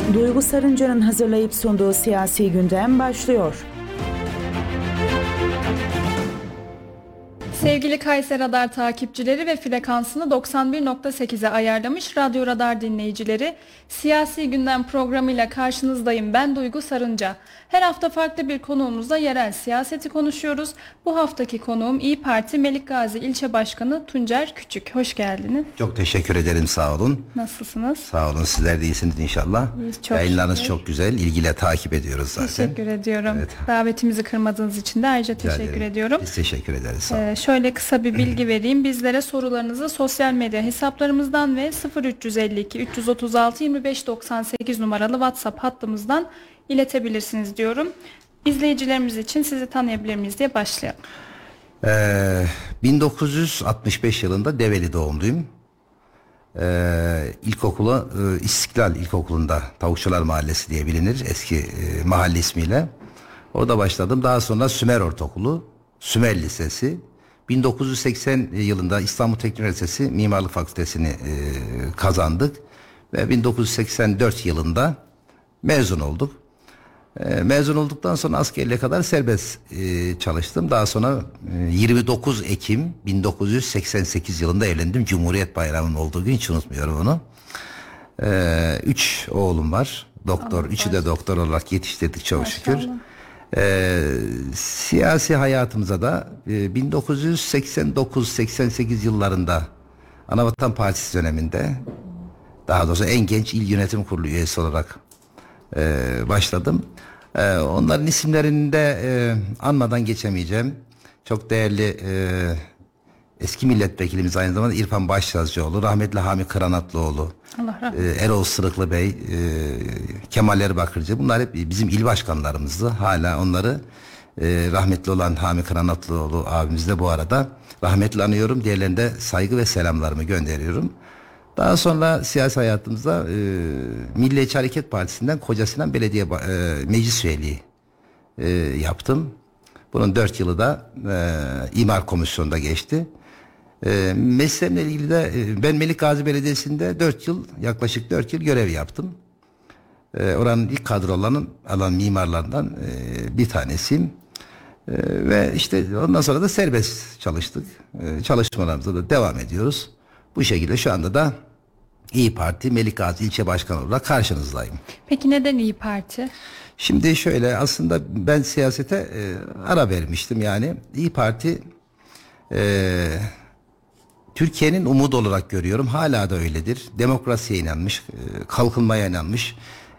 Duygu Sarınca'nın hazırlayıp sunduğu Siyasi Gündem başlıyor. Sevgili Kayseri Radar takipçileri ve frekansını 91.8'e ayarlamış Radyo Radar dinleyicileri, Siyasi Gündem programıyla karşınızdayım. Ben Duygu Sarınca. Her hafta farklı bir konuğumuzla yerel siyaseti konuşuyoruz. Bu haftaki konuğum İYİ Parti Melikgazi İlçe Başkanı Tuncer Küçük. Hoş geldiniz. Çok teşekkür ederim, sağ olun. Nasılsınız? Sağ olun, sizler de iyisiniz inşallah. İyiyiz, çok Yayınlarınız şükür. çok güzel, ilgiyle takip ediyoruz zaten. Teşekkür ediyorum. Evet. Davetimizi kırmadığınız için de ayrıca Rica teşekkür ederim. ediyorum. Biz teşekkür ederiz, sağ olun. Şöyle kısa bir bilgi vereyim. Bizlere sorularınızı sosyal medya hesaplarımızdan ve 0352 336 25 98 numaralı WhatsApp hattımızdan iletebilirsiniz diyorum. İzleyicilerimiz için sizi tanıyabilir miyiz diye başlayalım. 1965 yılında Develi doğumluyum. İlkokula İstiklal İlkokulu'nda, Tavukçular Mahallesi diye bilinir eski mahalle ismiyle. Orada başladım. Daha sonra Sümer Ortaokulu, Sümer Lisesi. 1980 yılında İstanbul Teknik Üniversitesi Mimarlık Fakültesini kazandık. Ve 1984 yılında mezun olduk. Mezun olduktan sonra askerliğe kadar serbest çalıştım. Daha sonra 29 Ekim 1988 yılında evlendim. Cumhuriyet Bayramı'nın olduğu gün, hiç unutmuyorum onu. 3 oğlum var. Doktor, üçü de doktor olarak yetiştirdik çok şükür. Siyasi hayatımıza da 1989-88 yıllarında Anavatan Partisi döneminde, daha doğrusu en genç il yönetim kurulu üyesi olarak başladım. Onların isimlerini de anmadan geçemeyeceğim. Çok değerli eski milletvekilimiz, aynı zamanda İrfan Başsazcıoğlu, rahmetli Hami Kıranatlıoğlu, Erol Sırıklı Bey, Kemal Erbakırcı, bunlar hep bizim il başkanlarımızdı. Hala onları rahmetli olan Hami Kıranatlıoğlu abimiz de bu arada rahmetli anıyorum. Diğerlerine de saygı ve selamlarımı gönderiyorum. Daha sonra siyasi hayatımızda Milliyetçi Hareket Partisi'nden Kocasinan Belediye Meclis Üyeliği yaptım. Bunun 4 yılı da İmar Komisyonu'nda geçti. Mesleğimle ilgili de ben Melikgazi Belediyesi'nde yaklaşık 4 yıl görev yaptım. Oranın ilk kadrolarının alan mimarlarından bir tanesiyim. Ve işte ondan sonra da serbest çalıştık. Çalışmalarımıza da devam ediyoruz. Bu şekilde şu anda da İYİ Parti Melikgazi İlçe Başkanı olarak karşınızdayım. Peki neden İYİ Parti? Şimdi şöyle, aslında ben siyasete ara vermiştim yani. İYİ Parti Türkiye'nin umudu olarak görüyorum. Hala da öyledir. Demokrasiye inanmış, kalkınmaya inanmış.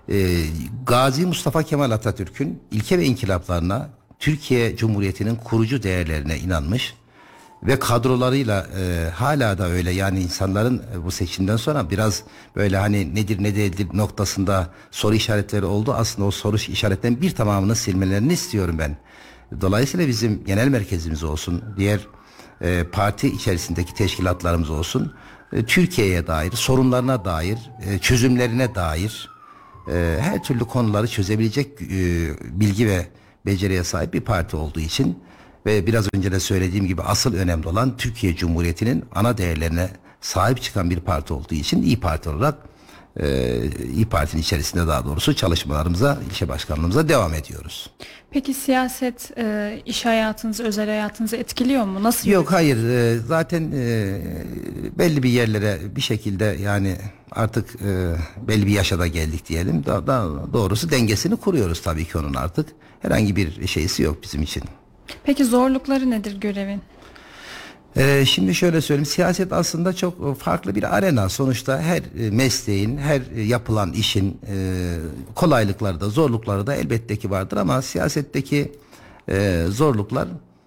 Gazi Mustafa Kemal Atatürk'ün ilke ve inkılaplarına, Türkiye Cumhuriyeti'nin kurucu değerlerine inanmış. Ve kadrolarıyla hala da öyle, yani insanların bu seçimden sonra biraz böyle hani nedir ne değildir noktasında soru işaretleri oldu. Aslında o soru işaretlerinin bir tamamını silmelerini istiyorum ben. Dolayısıyla bizim genel merkezimiz olsun, diğer parti içerisindeki teşkilatlarımız olsun, Türkiye'ye dair, sorunlarına dair, çözümlerine dair her türlü konuları çözebilecek bilgi ve beceriye sahip bir parti olduğu için ve biraz önce de söylediğim gibi asıl önemli olan Türkiye Cumhuriyeti'nin ana değerlerine sahip çıkan bir parti olduğu için İYİ Parti olarak İYİ Parti'nin içerisinde daha doğrusu çalışmalarımıza, ilçe başkanlığımıza devam ediyoruz. Peki siyaset iş hayatınızı, özel hayatınızı etkiliyor mu? Nasıl? Yok, hayır. Zaten belli bir yerlere bir şekilde, yani artık belli bir yaşa da geldik diyelim. Daha doğrusu dengesini kuruyoruz tabii ki onun artık. Herhangi bir şeysi yok bizim için. Peki zorlukları nedir görevin? Şimdi şöyle söyleyeyim, siyaset aslında çok farklı bir arena. Sonuçta her mesleğin, her yapılan işin kolaylıkları da zorlukları da elbette ki vardır, ama siyasetteki zorluklar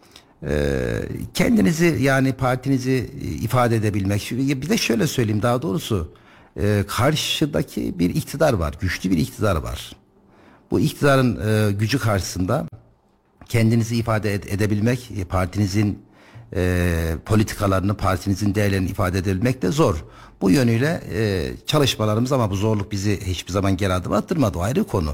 kendinizi, yani partinizi ifade edebilmek. Bir de şöyle söyleyeyim, daha doğrusu karşıdaki bir iktidar var, güçlü bir iktidar var. Bu iktidarın gücü karşısında kendinizi ifade edebilmek, partinizin politikalarını, partinizin değerlerini ifade edebilmek de zor. Bu yönüyle çalışmalarımız, ama bu zorluk bizi hiçbir zaman geri adım attırmadı, o ayrı konu.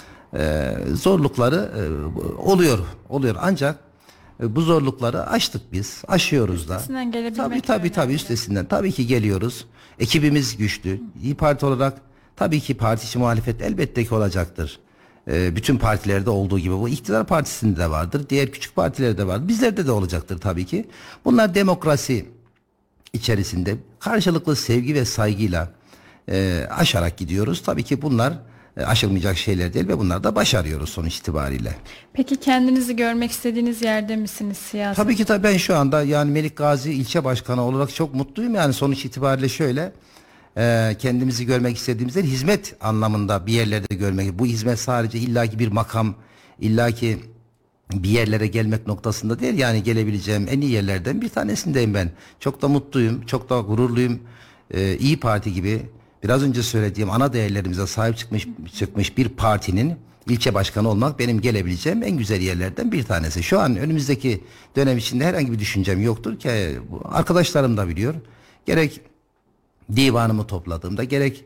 Zorlukları oluyor ancak bu zorlukları aştık biz, aşıyoruz da. Üstesinden gelebilmek. Tabii üstesinden tabii ki geliyoruz. Ekibimiz güçlü. İYİ Parti olarak Tabii ki parti içi muhalefet elbette ki olacaktır. Bütün partilerde olduğu gibi bu iktidar partisinde de vardır. Diğer küçük partilerde de vardır. Bizlerde de olacaktır tabii ki. Bunlar demokrasi içerisinde karşılıklı sevgi ve saygıyla aşarak gidiyoruz. Tabii ki bunlar aşılmayacak şeyler değil ve bunlar da başarıyoruz sonuç itibariyle. Peki kendinizi görmek istediğiniz yerde misiniz siyasete? Tabii ki ben şu anda yani Melik Gazi ilçe başkanı olarak çok mutluyum. Yani sonuç itibariyle şöyle kendimizi görmek istediğimizde hizmet anlamında bir yerlerde görmek. Bu hizmet sadece illaki bir makam, illaki bir yerlere gelmek noktasında değil. Yani gelebileceğim en iyi yerlerden bir tanesindeyim ben. Çok da mutluyum, çok da gururluyum. İyi Parti gibi biraz önce söylediğim ana değerlerimize sahip çıkmış bir partinin ilçe başkanı olmak benim gelebileceğim en güzel yerlerden bir tanesi. Şu an önümüzdeki dönem içinde herhangi bir düşüncem yoktur ki arkadaşlarım da biliyor. Gerek divanımı topladığımda gerek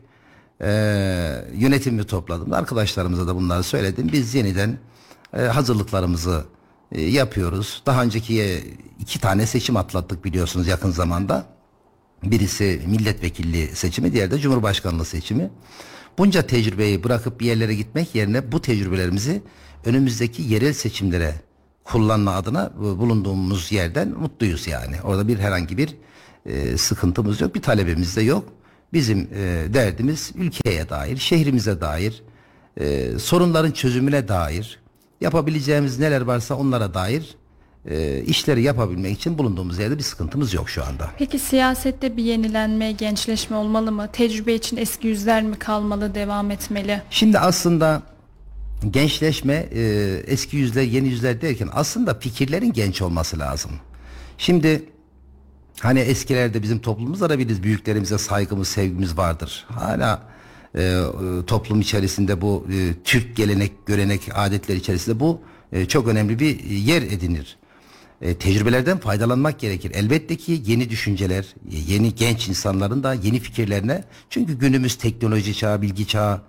yönetimimi topladığımda arkadaşlarımıza da bunları söyledim. Biz yeniden hazırlıklarımızı yapıyoruz. Daha önceki 2 tane seçim atlattık biliyorsunuz yakın zamanda. Birisi milletvekilliği seçimi, diğeri de cumhurbaşkanlığı seçimi. Bunca tecrübeyi bırakıp bir yerlere gitmek yerine bu tecrübelerimizi önümüzdeki yerel seçimlere kullanma adına bulunduğumuz yerden mutluyuz yani. Orada herhangi bir sıkıntımız yok, bir talebimiz de yok. Bizim derdimiz ülkeye dair, şehrimize dair, sorunların çözümüne dair, yapabileceğimiz neler varsa onlara dair işleri yapabilmek için bulunduğumuz yerde bir sıkıntımız yok şu anda. Peki siyasette bir yenilenme, gençleşme olmalı mı? Tecrübe için eski yüzler mi kalmalı, devam etmeli? Şimdi aslında gençleşme, eski yüzler, yeni yüzler derken aslında fikirlerin genç olması lazım. Şimdi hani eskilerde bizim toplumumuzda da biliriz, büyüklerimize saygımız, sevgimiz vardır. Hala toplum içerisinde bu Türk gelenek, görenek, adetler içerisinde bu çok önemli bir yer edinir. Tecrübelerden faydalanmak gerekir. Elbette ki yeni düşünceler, yeni genç insanların da yeni fikirlerine, çünkü günümüz teknoloji çağı, bilgi çağı,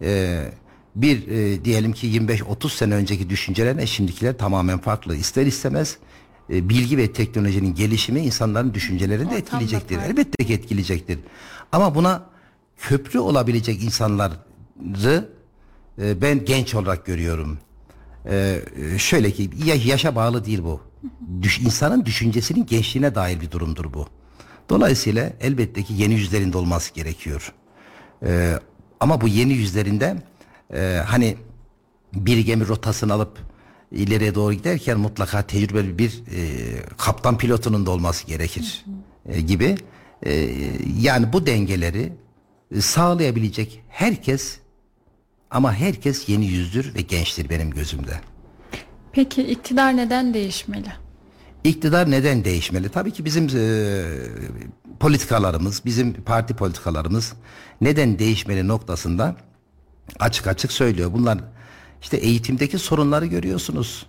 diyelim ki 25-30 sene önceki düşüncelerine şimdikiler tamamen farklı. İster istemez bilgi ve teknolojinin gelişimi insanların düşüncelerini de etkileyecektir. Elbette ki etkileyecektir. Ama buna köprü olabilecek insanları ben genç olarak görüyorum. Şöyle ki yaşa bağlı değil bu. İnsanın düşüncesinin gençliğine dair bir durumdur bu. Dolayısıyla elbette ki yeni yüzlerinde olması gerekiyor. Ama bu yeni yüzlerinde hani bir gemi rotasını alıp ileriye doğru giderken mutlaka tecrübeli bir kaptan pilotunun da olması gerekir gibi. Yani bu dengeleri sağlayabilecek herkes, ama herkes yeni yüzdür ve gençtir benim gözümde. Peki iktidar neden değişmeli? İktidar neden değişmeli? Tabii ki bizim politikalarımız, bizim parti politikalarımız neden değişmeli noktasında açık açık söylüyor. Bunlar işte eğitimdeki sorunları görüyorsunuz.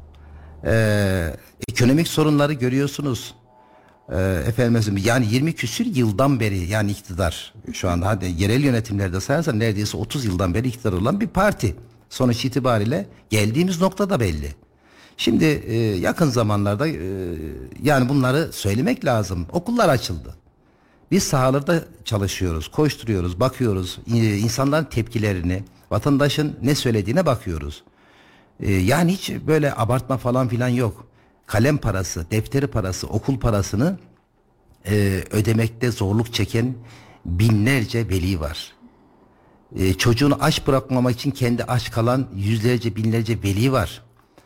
Ekonomik sorunları görüyorsunuz. Yani 20 küsür yıldan beri, yani iktidar şu anda, hadi yerel yönetimlerde sayarsan neredeyse 30 yıldan beri iktidar olan bir parti. Sonuç itibariyle geldiğimiz nokta da belli. Şimdi yakın zamanlarda yani bunları söylemek lazım. Okullar açıldı. Biz sahalarda çalışıyoruz, koşturuyoruz, bakıyoruz. İnsanların tepkilerini, vatandaşın ne söylediğine bakıyoruz. Yani hiç böyle abartma falan filan yok. Kalem parası, defteri parası, okul parasını ödemekte zorluk çeken binlerce veli var. Çocuğunu aç bırakmamak için kendi aç kalan yüzlerce, binlerce veli var.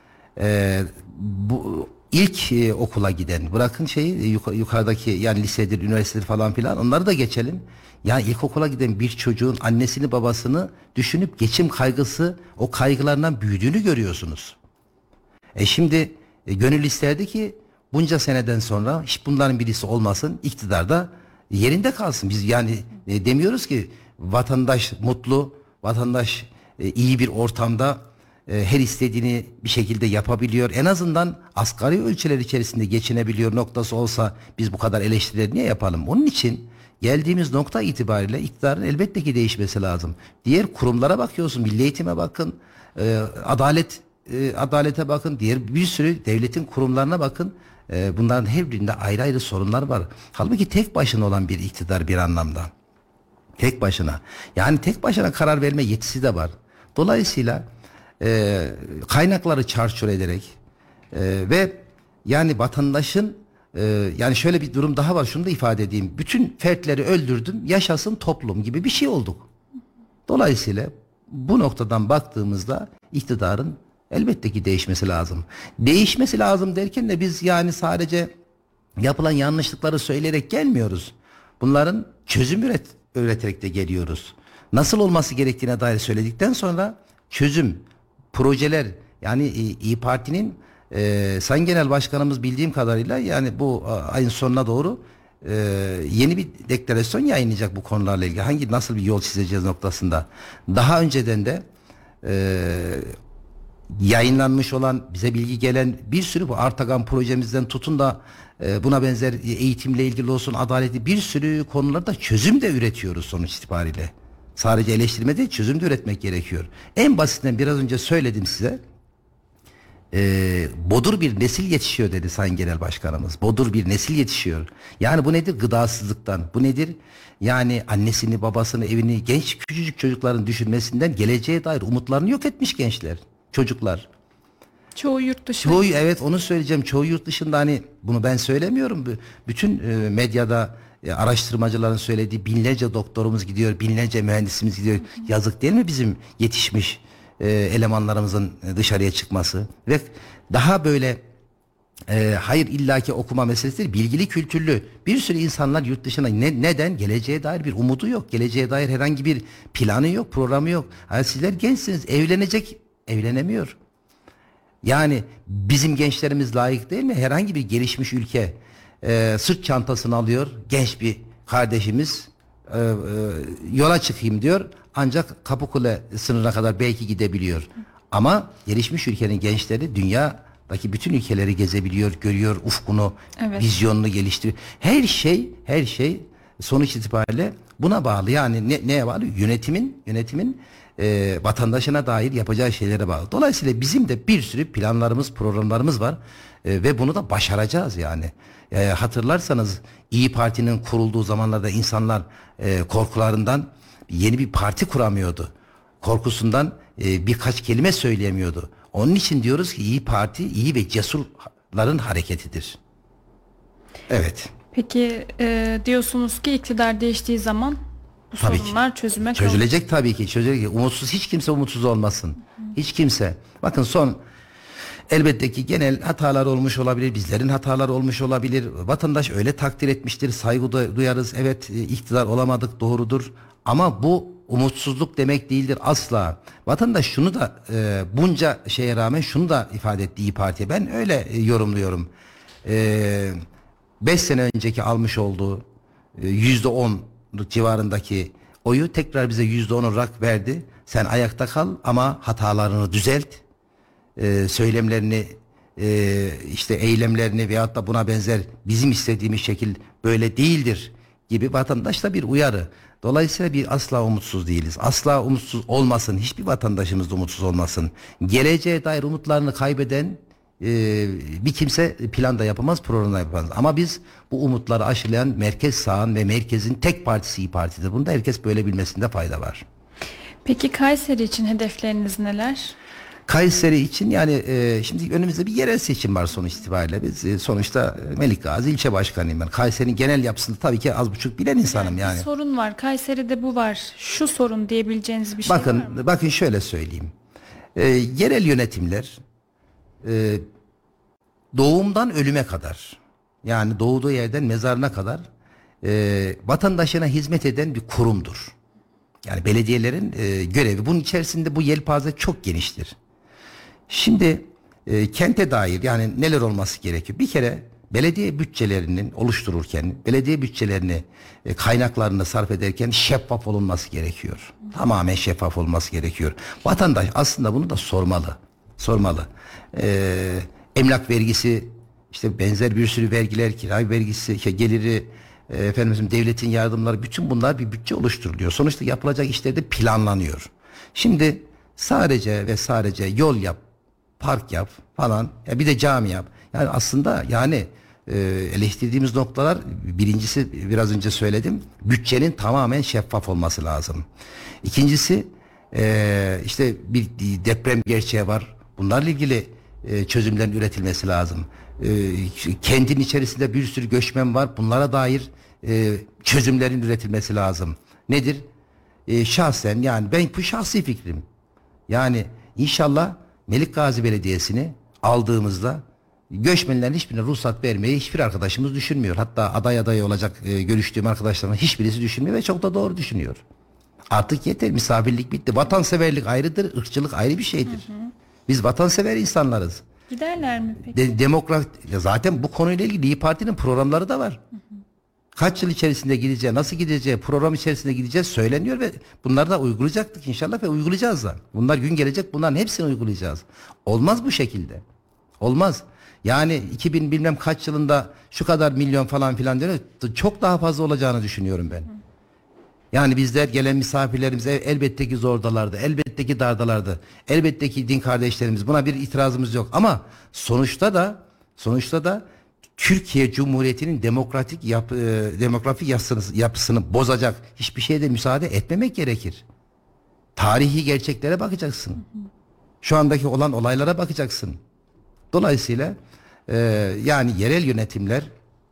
Bu ilk okula giden, bırakın yukarıdaki, yani lisedir, üniversitedir falan filan, onları da geçelim. Yani ilkokula giden bir çocuğun annesini babasını düşünüp geçim kaygısı, o kaygılarından büyüdüğünü görüyorsunuz. Şimdi gönül isterdi ki bunca seneden sonra hiç bunların birisi olmasın, iktidarda yerinde kalsın. Biz yani demiyoruz ki vatandaş mutlu, vatandaş iyi bir ortamda her istediğini bir şekilde yapabiliyor. En azından asgari ölçüler içerisinde geçinebiliyor noktası olsa biz bu kadar eleştirileri niye yapalım? Onun için geldiğimiz nokta itibariyle iktidarın elbette ki değişmesi lazım. Diğer kurumlara bakıyorsun, milli eğitime bakın, adalete bakın, diğer bir sürü devletin kurumlarına bakın. Bunların her birinde ayrı ayrı sorunlar var. Halbuki tek başına olan bir iktidar bir anlamda. Tek başına. Yani tek başına karar verme yetisi de var. Dolayısıyla kaynakları çarçur ederek ve yani vatandaşın yani şöyle bir durum daha var, şunu da ifade edeyim. Bütün fertleri öldürdüm, yaşasın toplum gibi bir şey olduk. Dolayısıyla bu noktadan baktığımızda iktidarın elbette ki değişmesi lazım. Değişmesi lazım derken de biz yani sadece yapılan yanlışlıkları söyleyerek gelmiyoruz. Bunların çözüm üreterek de geliyoruz. Nasıl olması gerektiğine dair söyledikten sonra çözüm, projeler, yani İYİ Parti'nin Sayın Genel Başkanımız bildiğim kadarıyla yani bu ayın sonuna doğru yeni bir deklarasyon yayınlayacak bu konularla ilgili. Nasıl bir yol çizeceğiz noktasında. Daha önceden de yayınlanmış olan, bize bilgi gelen bir sürü bu Artagan projemizden tutun da buna benzer eğitimle ilgili olsun, adaleti, bir sürü konularda çözüm de üretiyoruz sonuç itibariyle. Sadece eleştirme değil, çözüm de üretmek gerekiyor. En basitinden biraz önce söyledim size. Bodur bir nesil yetişiyor dedi Sayın Genel Başkanımız. Bodur bir nesil yetişiyor. Yani bu nedir? Gıdasızlıktan. Bu nedir? Yani annesini, babasını, evini, genç küçücük çocukların düşünmesinden geleceğe dair umutlarını yok etmiş gençler, çocuklar. Çoğu yurt dışı. Evet, onu söyleyeceğim. Çoğu yurt dışında, hani bunu ben söylemiyorum. Bütün medyada araştırmacıların söylediği, binlerce doktorumuz gidiyor, binlerce mühendisimiz gidiyor. Yazık değil mi bizim yetişmiş elemanlarımızın dışarıya çıkması? Ve daha böyle hayır illaki okuma meselesi değil, bilgili, kültürlü bir sürü insanlar yurt dışına. Neden? Geleceğe dair bir umudu yok. Geleceğe dair herhangi bir planı yok, programı yok. Yani sizler gençsiniz, evlenemiyor. Yani bizim gençlerimiz layık değil mi? Herhangi bir gelişmiş ülke sırt çantasını alıyor, genç bir kardeşimiz yola çıkayım diyor, ancak Kapıkule sınırına kadar belki gidebiliyor. Ama gelişmiş ülkenin gençleri dünyadaki bütün ülkeleri gezebiliyor, görüyor, ufkunu, vizyonunu geliştiriyor. Her şey sonuç itibariyle buna bağlı. Yani neye bağlı? Yönetimin vatandaşına dair yapacağı şeylere bağlı. Dolayısıyla bizim de bir sürü planlarımız, programlarımız var ve bunu da başaracağız yani. Hatırlarsanız İYİ Parti'nin kurulduğu zamanlarda insanlar korkularından yeni bir parti kuramıyordu. Korkusundan birkaç kelime söyleyemiyordu. Onun için diyoruz ki İYİ Parti iyi ve cesurların hareketidir. Evet. Peki diyorsunuz ki iktidar değiştiği zaman bu tabii sorunlar ki çözülecek tabii ki. Hiç kimse umutsuz olmasın. Hiç kimse. Bakın elbette ki genel hatalar olmuş olabilir, bizlerin hataları olmuş olabilir. Vatandaş öyle takdir etmiştir, saygı duyarız. Evet, iktidar olamadık, doğrudur. Ama bu umutsuzluk demek değildir asla. Vatandaş şunu da bunca şeye rağmen şunu da ifade etti İYİ Parti'ye. Ben öyle yorumluyorum. 5 sene önceki almış olduğu %10 civarındaki oyu tekrar bize %10 olarak verdi. Sen ayakta kal ama hatalarını düzelt. Söylemlerini, işte eylemlerini veyahut da buna benzer bizim istediğimiz şekil böyle değildir gibi vatandaşla bir uyarı. Dolayısıyla asla umutsuz değiliz. Asla umutsuz olmasın. Hiçbir vatandaşımız da umutsuz olmasın. Geleceğe dair umutlarını kaybeden bir kimse plan da yapamaz, program da yapamaz. Ama biz bu umutları aşılayan merkez sağın ve merkezin tek partisi İYİ Parti'dir. Bunu da herkes böyle bilmesinde fayda var. Peki Kayseri için hedefleriniz neler? Kayseri için yani şimdi önümüzde bir yerel seçim var sonuç itibariyle. Biz sonuçta Melikgazi ilçe başkanıyım ben. Kayseri'nin genel yapısını tabii ki az buçuk bilen insanım yani. Bir sorun var. Kayseri'de bu var. Şu sorun diyebileceğiniz bir şey var mı? Bakın şöyle söyleyeyim. Yerel yönetimler doğumdan ölüme kadar, yani doğduğu yerden mezarına kadar vatandaşına hizmet eden bir kurumdur. Yani belediyelerin görevi. Bunun içerisinde bu yelpaze çok geniştir. Şimdi kente dair yani neler olması gerekiyor? Bir kere belediye bütçelerinin oluştururken, belediye bütçelerini kaynaklarını sarf ederken şeffaf olunması gerekiyor. Tamamen şeffaf olması gerekiyor. Vatandaş aslında bunu da sormalı. Emlak vergisi, işte benzer bir sürü vergiler, kira vergisi, geliri, devletin yardımları, bütün bunlar bir bütçe oluşturuluyor. Sonuçta yapılacak işler de planlanıyor. Şimdi sadece yol yap, park yap falan, bir de cami yap. Yani aslında eleştirdiğimiz noktalar, birincisi biraz önce söyledim, bütçenin tamamen şeffaf olması lazım. İkincisi işte bir deprem gerçeği var. Bunlarla ilgili çözümlerin üretilmesi lazım. Kentin içerisinde bir sürü göçmen var. Bunlara dair çözümlerin üretilmesi lazım. Nedir? Şahsen, yani bu şahsi fikrim. Yani inşallah Melikgazi Belediyesi'ni aldığımızda göçmenlerin hiçbirine ruhsat vermeyi hiçbir arkadaşımız düşünmüyor. Hatta aday olacak görüştüğüm arkadaşlarımın hiçbirisi düşünmüyor ve çok da doğru düşünüyor. Artık yeter, misafirlik bitti. Vatanseverlik ayrıdır, ırkçılık ayrı bir şeydir. Biz vatansever insanlarız. Giderler mi peki? Zaten bu konuyla ilgili İYİ Parti'nin programları da var. Kaç yıl içerisinde gideceği, nasıl gideceği, program içerisinde gideceğiz söyleniyor ve bunları da uygulayacaktık inşallah ve uygulayacağız da. Bunlar gün gelecek, bunların hepsini uygulayacağız. Olmaz bu şekilde. Olmaz. Yani 2000 bilmem kaç yılında şu kadar milyon falan filan diyor. Çok daha fazla olacağını düşünüyorum ben. Yani bizler, gelen misafirlerimiz elbette ki zordalardı, elbette ki dardalardı, elbette ki din kardeşlerimiz, buna bir itirazımız yok. Ama sonuçta da Türkiye Cumhuriyeti'nin demografik yapısını bozacak hiçbir şeye de müsaade etmemek gerekir. Tarihi gerçeklere bakacaksın. Şu andaki olan olaylara bakacaksın. Dolayısıyla yani yerel yönetimler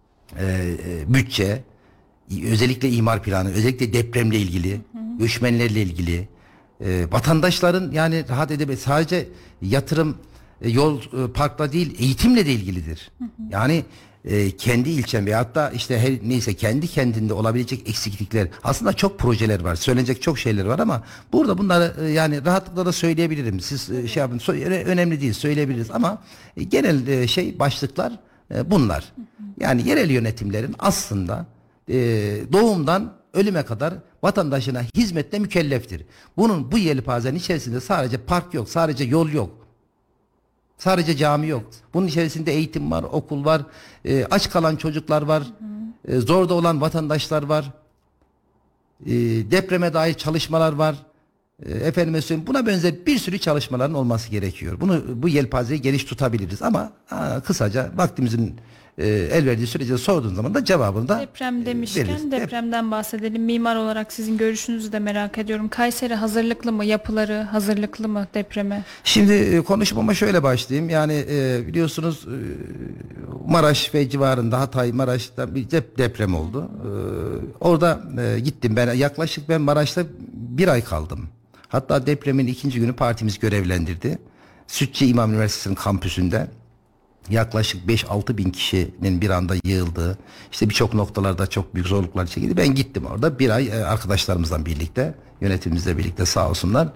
bütçe, özellikle imar planı, özellikle depremle ilgili, göçmenlerle ilgili, vatandaşların yani rahat edip sadece yatırım, yol, parkla değil, eğitimle de ilgilidir. Yani kendi ilçem ve hatta işte neyse kendi kendinde olabilecek eksiklikler, aslında çok projeler var, söylenecek çok şeyler var ama burada bunları yani rahatlıkla da söyleyebilirim. Siz şey yapın, önemli değil, söyleyebiliriz ama genel başlıklar bunlar. Yani yerel yönetimlerin aslında doğumdan ölüme kadar vatandaşına hizmetle mükelleftir. Bu yelpazenin içerisinde sadece park yok, sadece yol yok, sadece cami yok. Bunun içerisinde eğitim var, okul var, aç kalan çocuklar var, zorda olan vatandaşlar var, depreme dair çalışmalar var. Efendime söyleyeyim, buna benzer bir sürü çalışmaların olması gerekiyor. Bu yelpazeyi geniş tutabiliriz ama kısaca vaktimizin el verdiği sürece sorduğun zaman da cevabını da deprem demişken veririz. Depremden bahsedelim. Mimar olarak sizin görüşünüzü de merak ediyorum. Kayseri hazırlıklı mı? Yapıları hazırlıklı mı depreme? Şimdi konuşmama şöyle başlayayım. Yani biliyorsunuz Maraş ve civarında, Hatay, Maraş'ta bir deprem oldu. Orada gittim ben. Yaklaşık ben Maraş'ta bir ay kaldım. Hatta depremin ikinci günü partimiz görevlendirdi. Sütçü İmam Üniversitesi'nin kampüsünde yaklaşık 5-6 bin kişinin bir anda yığıldığı, işte birçok noktalarda çok büyük zorluklar çekildi. Ben gittim orada bir ay arkadaşlarımızla birlikte, yönetimimizle birlikte, sağ olsunlar.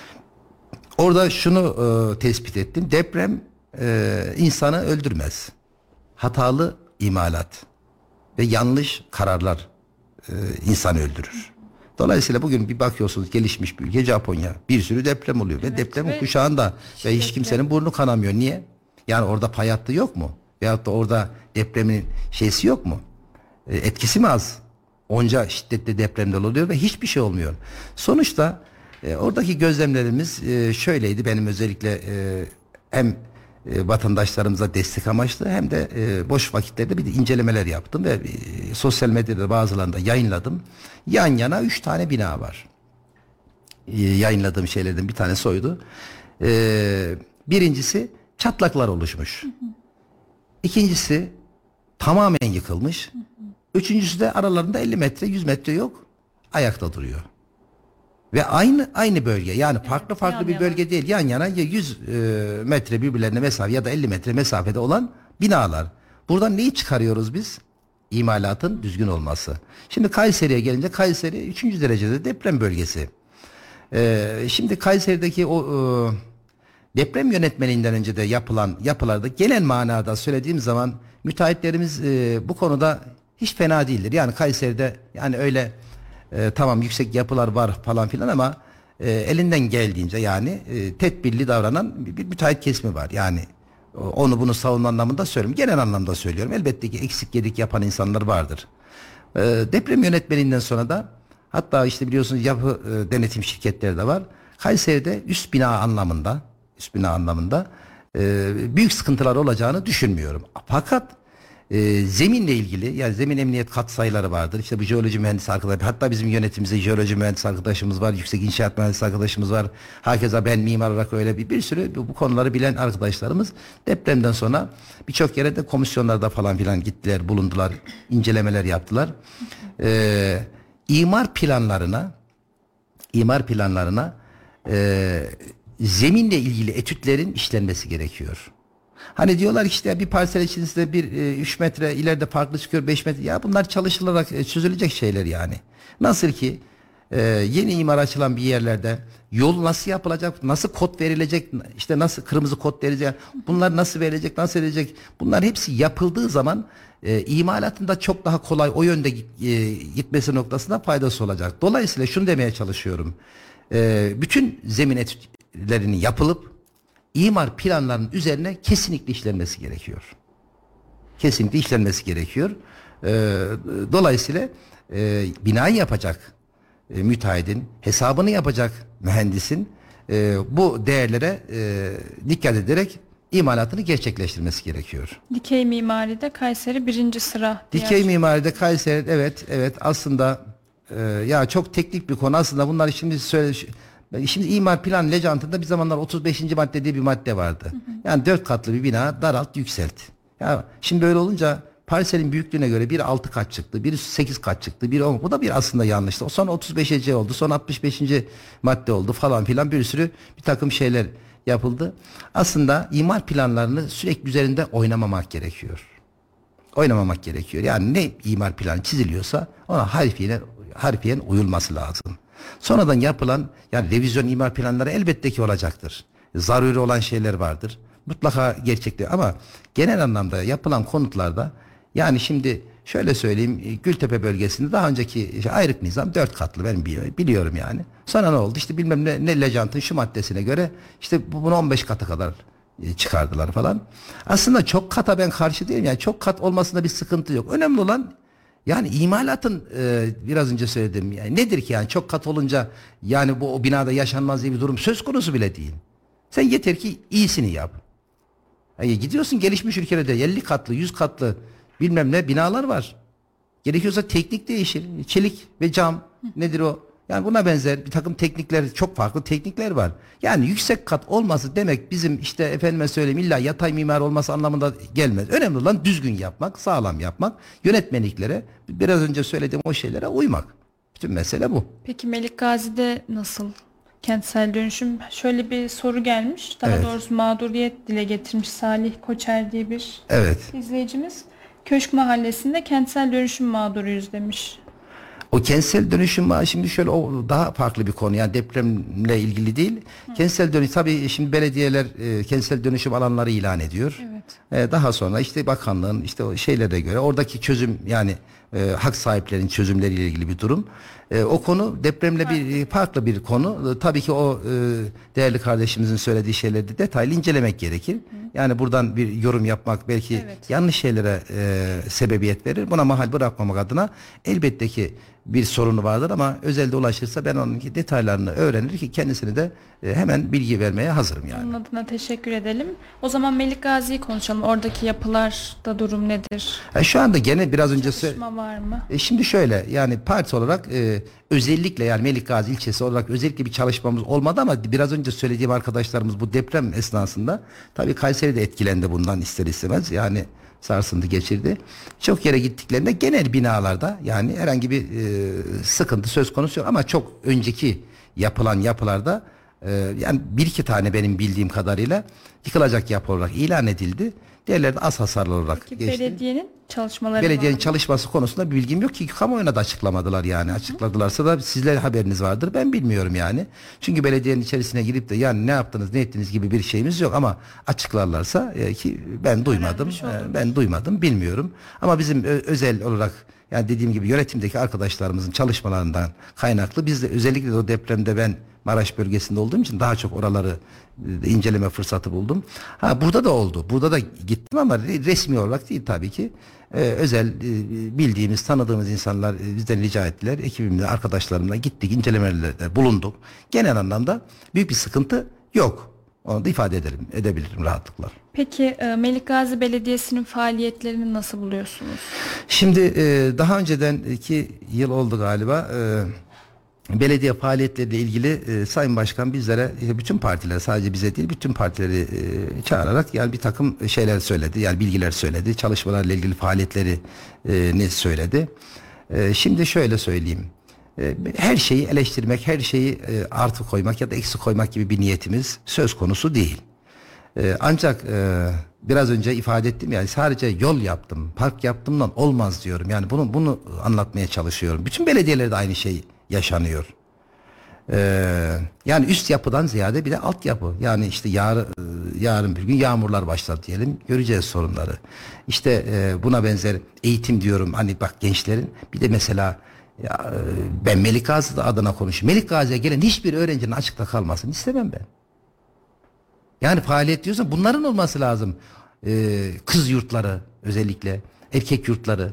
Orada şunu tespit ettim. Deprem insanı öldürmez. Hatalı imalat ve yanlış kararlar insanı öldürür. Dolayısıyla bugün bir bakıyorsunuz, gelişmiş bir ülke Japonya, bir sürü deprem oluyor ve depremin kuşağında ve hiç kimsenin burnu kanamıyor. Niye? Yani orada pay hattı yok mu? Veyahut da orada depremin şeysi yok mu? Etkisi mi az? Onca şiddetli depremler oluyor ve hiçbir şey olmuyor. Sonuçta oradaki gözlemlerimiz şöyleydi. Benim özellikle hem vatandaşlarımıza destek amaçlı hem de boş vakitlerde bir de incelemeler yaptım ve sosyal medyada bazılarında yayınladım. Yan yana 3 tane bina var. Yayınladığım şeylerden bir tanesi oydu. Birincisi çatlaklar oluşmuş. İkincisi tamamen yıkılmış. Üçüncüsü de aralarında 50 metre 100 metre yok, ayakta duruyor. Ve aynı bölge, yani farklı bir bölge değil, yan yana 100 metre birbirlerine mesafe ya da 50 metre mesafede olan binalar. Buradan neyi çıkarıyoruz biz? İmalatın düzgün olması. Şimdi Kayseri'ye gelince, Kayseri 3. derecede deprem bölgesi. Şimdi Kayseri'deki o deprem yönetmeliğinden önce de yapılan yapılarda genel manada söylediğim zaman müteahhitlerimiz bu konuda hiç fena değildir. Yani Kayseri'de yani öyle tamam yüksek yapılar var falan filan ama elinden geldiğince yani tedbirli davranan bir müteahhit kesimi var. Yani onu bunu savunma anlamında söylüyorum. Genel anlamda söylüyorum. Elbette ki eksik gedik yapan insanlar vardır. Deprem yönetmeliğinden sonra da hatta işte biliyorsunuz yapı denetim şirketleri de var. Kayseri'de üst bina anlamında büyük sıkıntılar olacağını düşünmüyorum. Fakat Zeminle ilgili, yani zemin emniyet katsayıları vardır. İşte bu jeoloji mühendisi arkadaşlar, hatta bizim yönetimimizde jeoloji mühendisi arkadaşımız var, yüksek inşaat mühendisi arkadaşımız var. Hakeza ben mimar olarak öyle bir sürü bu konuları bilen arkadaşlarımız depremden sonra birçok yere de komisyonlarda falan filan gittiler, bulundular, incelemeler yaptılar. İmar planlarına zeminle ilgili etütlerin işlenmesi gerekiyor. Hani diyorlar işte bir parsel içerisinde 3 metre ileride farklı çıkıyor, 5 metre. Ya bunlar çalışılarak çözülecek şeyler yani. Nasıl ki yeni imar açılan bir yerlerde yol nasıl yapılacak, nasıl kod verilecek, işte nasıl kırmızı kod verilecek, bunlar nasıl verilecek, nasıl edilecek. Bunlar hepsi yapıldığı zaman imalatında çok daha kolay o yönde gitmesi noktasında faydası olacak. Dolayısıyla şunu demeye çalışıyorum. Bütün zemin etütlerinin yapılıp imar planlarının üzerine kesinlikle işlenmesi gerekiyor. Kesinlikle işlenmesi gerekiyor. Dolayısıyla binayı yapacak müteahhidin, hesabını yapacak mühendisin bu değerlere dikkat ederek imalatını gerçekleştirmesi gerekiyor. Dikey mimaride Kayseri 1. sıra. Dikey mimaride Kayseri, evet aslında ya çok teknik bir konu aslında. Bunları şimdi imar plan lejantında bir zamanlar 35. madde diye bir madde vardı. Yani 4 katlı bir bina daralt yükselt. Ya şimdi böyle olunca parselin büyüklüğüne göre bir 6 kat çıktı, bir 8 kat çıktı, bir 10. Bu da bir aslında yanlıştı. Sonra 35. oldu, sonra 65. madde oldu falan filan, bir sürü bir takım şeyler yapıldı. Aslında imar planlarını sürekli üzerinde oynamamak gerekiyor. Oynamamak gerekiyor. Yani ne imar planı çiziliyorsa ona harfiyen uyulması lazım. Sonradan yapılan yani revizyon imar planları elbette ki olacaktır. Zaruri olan şeyler vardır. Mutlaka gerçekte ama genel anlamda yapılan konutlarda yani şimdi şöyle söyleyeyim, Gültepe bölgesinde daha önceki işte ayrık nizam 4 katlı, ben biliyorum yani. Sonra ne oldu? İşte bilmem ne lejantın şu maddesine göre işte bunu 15 kata kadar çıkardılar falan. Aslında çok kata ben karşı değilim. Yani çok kat olmasında bir sıkıntı yok. Önemli olan yani imalatın biraz önce söyledim. Yani nedir ki yani çok kat olunca yani o binada yaşanmaz diye bir durum söz konusu bile değil. Sen yeter ki iyisini yap. Yani gidiyorsun gelişmiş ülkelerde 50 katlı, 100 katlı bilmem ne binalar var. Gerekiyorsa teknik değişir. Çelik ve cam nedir o? Yani buna benzer bir takım teknikler, çok farklı teknikler var. Yani yüksek kat olması demek bizim işte efendime söyleyeyim illa yatay mimar olması anlamında gelmez. Önemli olan düzgün yapmak, sağlam yapmak, yönetmeliklere, biraz önce söylediğim o şeylere uymak. Bütün mesele bu. Peki Melikgazi'de nasıl kentsel dönüşüm? Şöyle bir soru gelmiş. Daha doğrusu mağduriyet dile getirmiş Salih Koçer diye bir izleyicimiz. Köşk Mahallesi'nde kentsel dönüşüm mağduruyuz demiş. O kentsel dönüşüm şimdi şöyle o daha farklı bir konu, yani depremle ilgili değil. Kentsel dönüşüm tabii şimdi belediyeler kentsel dönüşüm alanları ilan ediyor. Evet. Daha sonra işte bakanlığın işte o şeylere göre oradaki çözüm yani hak sahiplerinin çözümleriyle ilgili bir durum. O konu depremle bir farklı bir konu. Tabii ki o değerli kardeşimizin söylediği şeyleri de detaylı incelemek gerekir. Yani buradan bir yorum yapmak belki yanlış şeylere sebebiyet verir. Buna mahal bırakmamak adına elbette ki bir sorunu vardır ama özelde ulaşırsa ben onun detaylarını öğrenir ki kendisine de hemen bilgi vermeye hazırım yani. Onun adına teşekkür edelim. O zaman Melikgazi'yi konuşalım. Oradaki yapılarda durum nedir? Şu anda gene biraz önce çalışma var mı? Şimdi şöyle yani parti olarak özellikle yani Melikgazi ilçesi olarak özellikle bir çalışmamız olmadı ama biraz önce söylediğim arkadaşlarımız bu deprem esnasında tabii Kayseri de etkilendi bundan ister istemez. Yani sarsıntı geçirdi. Çok yere gittiklerinde genel binalarda yani herhangi bir sıkıntı söz konusu yok ama çok önceki yapılan yapılarda yani bir iki tane benim bildiğim kadarıyla yıkılacak yapı olarak ilan edildi. Diğerleri de az hasarlı olarak geçti. Belediyenin Belediyenin çalışması konusunda bir bilgim yok ki kamuoyuna da açıklamadılar yani. Açıkladılarsa da sizler haberiniz vardır. Ben bilmiyorum yani. Çünkü belediyenin içerisine girip de yani ne yaptınız ne ettiniz gibi bir şeyimiz yok ama açıklarlarsa ki ben duymadım bilmiyorum. Ama bizim özel olarak yani dediğim gibi yönetimdeki arkadaşlarımızın çalışmalarından kaynaklı biz de özellikle de o depremde ben Maraş bölgesinde olduğum için daha çok oraları inceleme fırsatı buldum. Burada da oldu. Burada da gittim ama resmi olarak değil tabii ki. Özel bildiğimiz, tanıdığımız insanlar bizden rica ettiler. Ekibimle, arkadaşlarımla gittik, incelemelerde bulunduk. Genel anlamda büyük bir sıkıntı yok. Onu da ifade edebilirim rahatlıkla. Peki Melikgazi Belediyesi'nin faaliyetlerini nasıl buluyorsunuz? Şimdi daha önceden 2 yıl oldu galiba. Belediye faaliyetleriyle ilgili Sayın Başkan bizlere bütün partiler, sadece bize değil bütün partileri çağırarak yani bir takım şeyler söyledi. Yani bilgiler söyledi. Çalışmalarla ilgili faaliyetleri ne söyledi. Şimdi şöyle söyleyeyim. Her şeyi eleştirmek, her şeyi artı koymak ya da eksi koymak gibi bir niyetimiz söz konusu değil. Ancak biraz önce ifade ettim, yani sadece yol yaptım, park yaptımdan olmaz diyorum. Yani bunu anlatmaya çalışıyorum. Bütün belediyelerde aynı şey yaşanıyor. Yani üst yapıdan ziyade bir de altyapı. Yani işte yarın bir gün yağmurlar başlar diyelim. Göreceğiz sorunları. İşte buna benzer eğitim diyorum. Hani bak gençlerin bir de mesela ben Melikgazi adına konuşuyorum. Melikgazi'ye gelen hiçbir öğrencinin açıkta kalmasını istemem ben. Yani faaliyet diyorsan bunların olması lazım. Kız yurtları özellikle, erkek yurtları.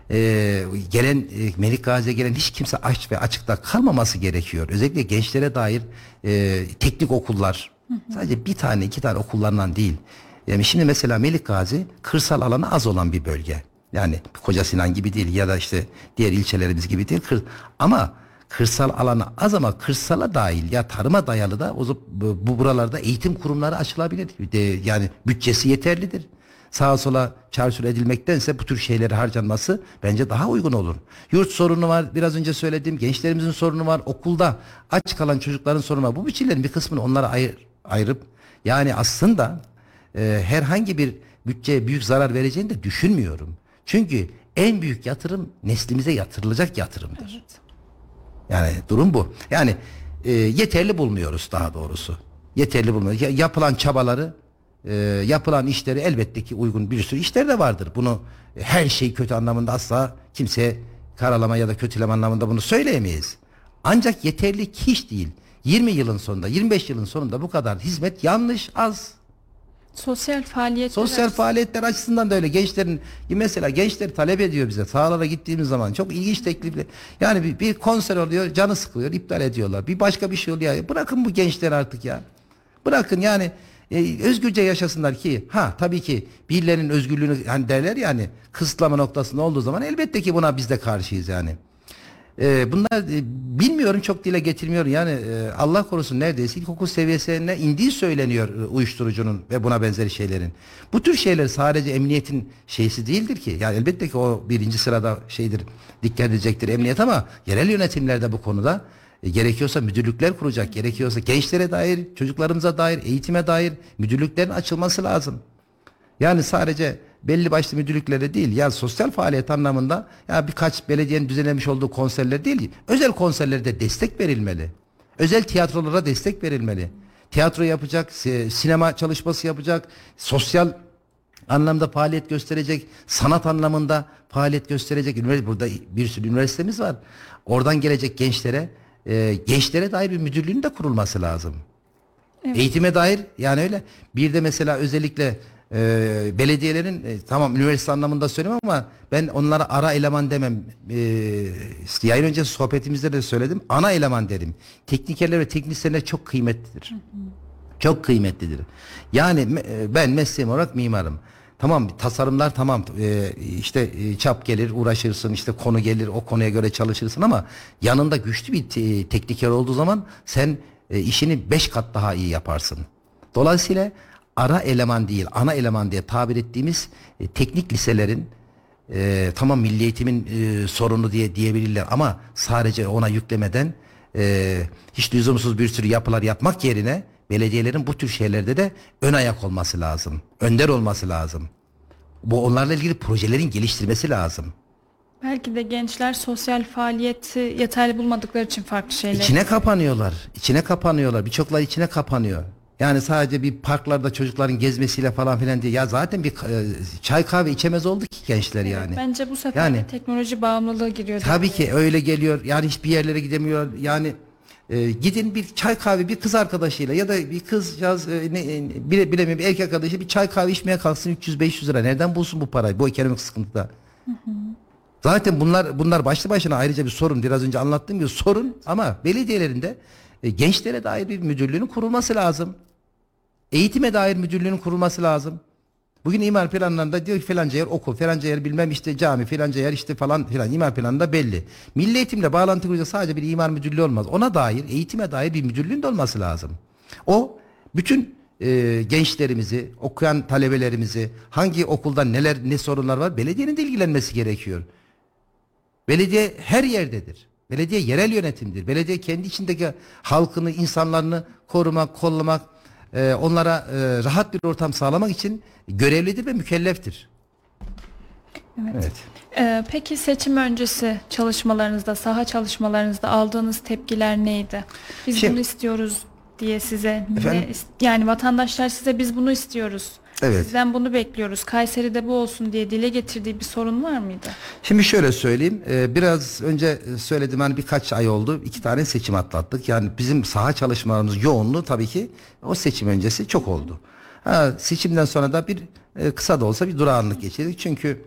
Gelen Melikgazi'ye gelen hiç kimse aç ve açıkta kalmaması gerekiyor. Özellikle gençlere dair teknik okullar. Sadece bir tane 2 tane okullarından değil. Yani şimdi mesela Melikgazi kırsal alanı az olan bir bölge. Yani Koca Sinan gibi değil ya da işte diğer ilçelerimiz gibi değil. Ama kırsal alanı az ama kırsala dahil ya tarıma dayalı da bu buralarda eğitim kurumları açılabilir. Yani bütçesi yeterlidir. Sağa sola çarçur edilmektense bu tür şeyleri harcanması bence daha uygun olur. Yurt sorunu var, biraz önce söyledim. Gençlerimizin sorunu var. Okulda aç kalan çocukların sorunu var. Bu bütçelerin bir kısmını onlara ayırıp yani aslında herhangi bir bütçeye büyük zarar vereceğini de düşünmüyorum. Çünkü en büyük yatırım neslimize yatırılacak yatırımdır. Evet. Yani durum bu. Yani yeterli bulmuyoruz daha doğrusu. Yeterli bulmuyoruz. Yapılan çabaları, yapılan işleri elbette ki uygun bir sürü işler de vardır. Bunu her şey kötü anlamında asla kimseye karalama ya da kötüleme anlamında bunu söyleyemeyiz. Ancak yeterli hiç değil. 20 yılın sonunda, 25 yılın sonunda bu kadar hizmet yanlış, az. Sosyal faaliyetler açısından da öyle. Gençlerin mesela gençler talep ediyor bize. Sahalara gittiğimiz zaman çok ilginç teklifler. Yani bir konser oluyor, canı sıkılıyor, iptal ediyorlar. Bir başka bir şey oluyor. Bırakın bu gençler artık ya. Bırakın yani özgürce yaşasınlar ki tabii ki birilerinin özgürlüğünü hani derler yani kısıtlama noktasında olduğu zaman elbette ki buna biz de karşıyız yani. Bunlar bilmiyorum, çok dile getirmiyorum yani Allah korusun neredeyse ilkokul seviyesine indiği söyleniyor uyuşturucunun ve buna benzeri şeylerin. Bu tür şeyler sadece emniyetin şeysi değildir ki. Yani elbette ki o birinci sırada dikkat edecektir emniyet ama yerel yönetimlerde bu konuda gerekiyorsa müdürlükler kuracak, gerekiyorsa gençlere dair, çocuklarımıza dair, eğitime dair müdürlüklerin açılması lazım. Yani sadece belli başlı müdürlüklere değil, yani sosyal faaliyet anlamında ya birkaç belediyenin düzenlemiş olduğu konserler değil, özel konserlerde destek verilmeli. Özel tiyatrolara destek verilmeli. Tiyatro yapacak, sinema çalışması yapacak, sosyal anlamda faaliyet gösterecek, sanat anlamında faaliyet gösterecek. Burada bir sürü üniversitemiz var. Oradan gelecek gençlere dair bir müdürlüğün de kurulması lazım. Evet. Eğitime dair yani öyle. Bir de mesela özellikle belediyelerin tamam üniversite anlamında söyleyeyim ama ben onlara ara eleman demem. Yayın öncesi sohbetimizde de söyledim. Ana eleman derim. Teknikerler ve teknisyenler çok kıymetlidir. Çok kıymetlidir. Yani ben mesleğim olarak mimarım. Tamam tasarımlar tamam işte çap gelir uğraşırsın, işte konu gelir o konuya göre çalışırsın ama yanında güçlü bir tekniker olduğu zaman sen işini 5 kat daha iyi yaparsın. Dolayısıyla ara eleman değil ana eleman diye tabir ettiğimiz teknik liselerin tamam milli eğitimin sorunu diyebilirler ama sadece ona yüklemeden hiç lüzumsuz bir sürü yapılar yapmak yerine belediyelerin bu tür şeylerde de ön ayak olması lazım. Önder olması lazım. Bu onlarla ilgili projelerin geliştirmesi lazım. Belki de gençler sosyal faaliyeti yeterli bulmadıkları için farklı şeyler. İçine kapanıyorlar. Birçokları içine kapanıyor. Yani sadece bir parklarda çocukların gezmesiyle falan filan diye. Ya zaten bir çay kahve içemez oldu ki gençler yani. Evet, bence bu sefer yani, teknoloji bağımlılığı giriyor. Tabii ki öyle geliyor. Yani hiçbir yerlere gidemiyor. Yani gidin bir çay kahve bir kız arkadaşıyla ya da bir kızcağız bilemiyorum bir erkek arkadaşı bir çay kahve içmeye kalksın 300-500 lira. Nereden bulsun bu parayı bu ekonomik sıkıntıda? Zaten bunlar başlı başına ayrıca bir sorun. Biraz önce anlattığım gibi sorun ama belediyelerinde gençlere dair bir müdürlüğünün kurulması lazım. Eğitime dair müdürlüğünün kurulması lazım. Bugün imar planlarında diyor ki falanca yer okul, falanca yer bilmem işte cami, falanca yer işte falan filan, imar planında belli. Milli eğitimle bağlantı kuracak sadece bir imar müdürlüğü olmaz. Ona dair, eğitime dair bir müdürlüğün de olması lazım. O bütün gençlerimizi, okuyan talebelerimizi, hangi okulda ne sorunlar var, belediyenin de ilgilenmesi gerekiyor. Belediye her yerdedir. Belediye yerel yönetimdir. Belediye kendi içindeki halkını, insanlarını korumak, kollamak, onlara rahat bir ortam sağlamak için görevlidir ve mükelleftir. Evet. Peki seçim öncesi çalışmalarınızda, saha çalışmalarınızda aldığınız tepkiler neydi? Biz bunu istiyoruz diye size yani vatandaşlar size biz bunu istiyoruz. Evet. Sizden bunu bekliyoruz. Kayseri'de bu olsun diye dile getirdiği bir sorun var mıydı? Şimdi şöyle söyleyeyim. Biraz önce söyledim, hani birkaç ay oldu. 2 tane seçim atlattık. Yani bizim saha çalışmalarımız yoğunluğu tabii ki o seçim öncesi çok oldu. Seçimden sonra da bir kısa da olsa bir durağanlık geçirdik. Çünkü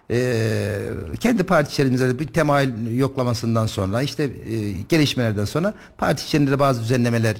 kendi parti içerimizde bir temayül yoklamasından sonra işte gelişmelerden sonra parti içerisinde bazı düzenlemeler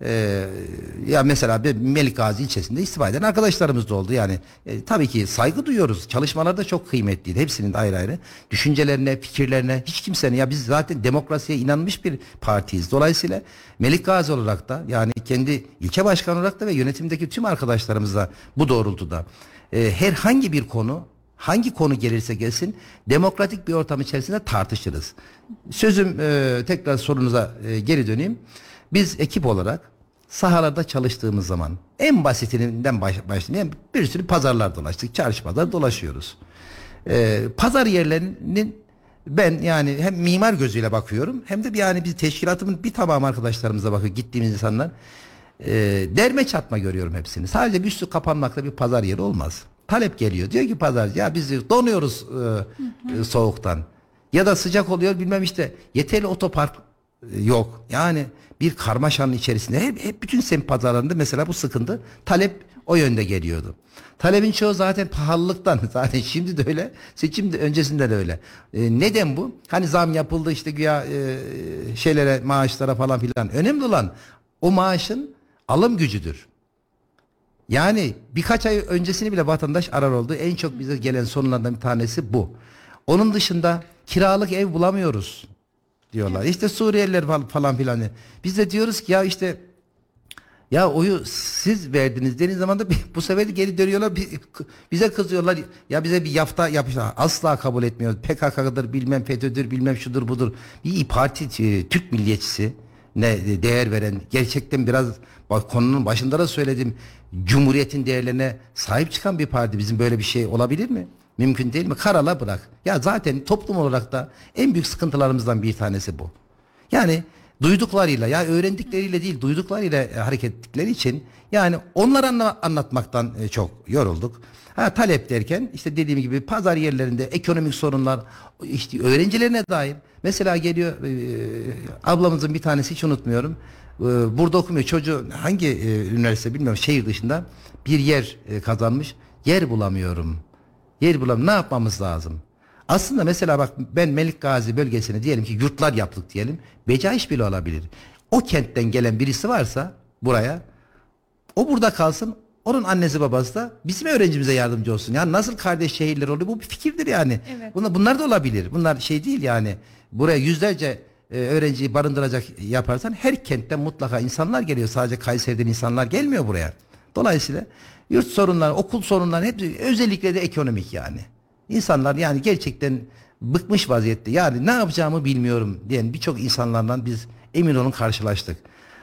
ya mesela bir Melikgazi ilçesinde istifa eden arkadaşlarımız da oldu. Yani tabii ki saygı duyuyoruz. Çalışmalar da çok kıymetliydi. Hepsinin de ayrı ayrı düşüncelerine, fikirlerine, hiç kimsenin, ya biz zaten demokrasiye inanmış bir partiyiz. Dolayısıyla Melikgazi olarak da, yani kendi ilçe başkanı olarak da ve yönetimdeki tüm arkadaşlarımız da bu doğrultuda herhangi bir konu, hangi konu gelirse gelsin demokratik bir ortam içerisinde tartışırız. Sözüm tekrar sorunuza geri döneyim. Biz ekip olarak sahalarda çalıştığımız zaman en basitinden başlayayım. Bir sürü pazarlar dolaştık. Çarşı pazar dolaşıyoruz. Pazar yerlerinin ben yani hem mimar gözüyle bakıyorum hem de yani bir teşkilatımın bir tamam arkadaşlarımıza bakıyor. Gittiğimiz insanlar derme çatma görüyorum hepsini. Sadece bir üstü kapanmakla bir pazar yeri olmaz. Talep geliyor. Diyor ki pazar, ya biz donuyoruz soğuktan. Ya da sıcak oluyor bilmem işte yeterli otopark yok. Yani bir karmaşanın içerisinde hep bütün semt pazarlarında mesela bu sıkıntı, talep o yönde geliyordu. Talebin çoğu zaten pahalılıktan, zaten şimdi de öyle, seçim de öncesinde de öyle. Neden bu? Hani zam yapıldı işte güya şeylere, maaşlara falan filan. Önemli olan o maaşın alım gücüdür. Yani birkaç ay öncesini bile vatandaş arar oldu. En çok bize gelen sorunlardan bir tanesi bu. Onun dışında kiralık ev bulamıyoruz diyorlar. İşte Suriyeliler falan filan. Biz de diyoruz ki ya işte ya oyu siz verdiniz dediğiniz zaman da bu sefer de geri dönüyorlar, bize kızıyorlar. Ya bize bir yafta yapmışlar. Asla kabul etmiyoruz. PKK'dır bilmem FETÖ'dür bilmem şudur budur. Bir parti Türk milliyetçisi ne değer veren, gerçekten biraz konunun başında da söyledim, Cumhuriyet'in değerlerine sahip çıkan bir parti. Bizim böyle bir şey olabilir mi? Mümkün değil mi? Karala bırak. Ya zaten toplum olarak da en büyük sıkıntılarımızdan bir tanesi bu. Yani duyduklarıyla, ya öğrendikleriyle değil, duyduklarıyla hareket ettikleri için yani onları anlatmaktan çok yorulduk. Talep derken işte dediğim gibi pazar yerlerinde ekonomik sorunlar, işte öğrencilerine dair mesela geliyor ablamızın bir tanesi, hiç unutmuyorum. Burada okumuyor çocuğu, hangi üniversite bilmiyorum, şehir dışında bir yer kazanmış, yer bulamıyorum. Ne yapmamız lazım? Aslında mesela bak, ben Melikgazi bölgesine diyelim ki yurtlar yaptık diyelim. Beca iş bile olabilir. O kentten gelen birisi varsa buraya, o burada kalsın. Onun annesi babası da bizim öğrencimize yardımcı olsun. Yani nasıl kardeş şehirler oluyor? Bu bir fikirdir yani. Evet. Bunlar da olabilir. Bunlar şey değil yani. Buraya yüzlerce öğrenciyi barındıracak yaparsan her kentten mutlaka insanlar geliyor. Sadece Kayseri'den insanlar gelmiyor buraya. Dolayısıyla yurt sorunları, okul sorunları hep, özellikle de ekonomik yani. İnsanlar yani gerçekten bıkmış vaziyette. Yani ne yapacağımı bilmiyorum diyen birçok insanlardan biz emin olun karşılaştık.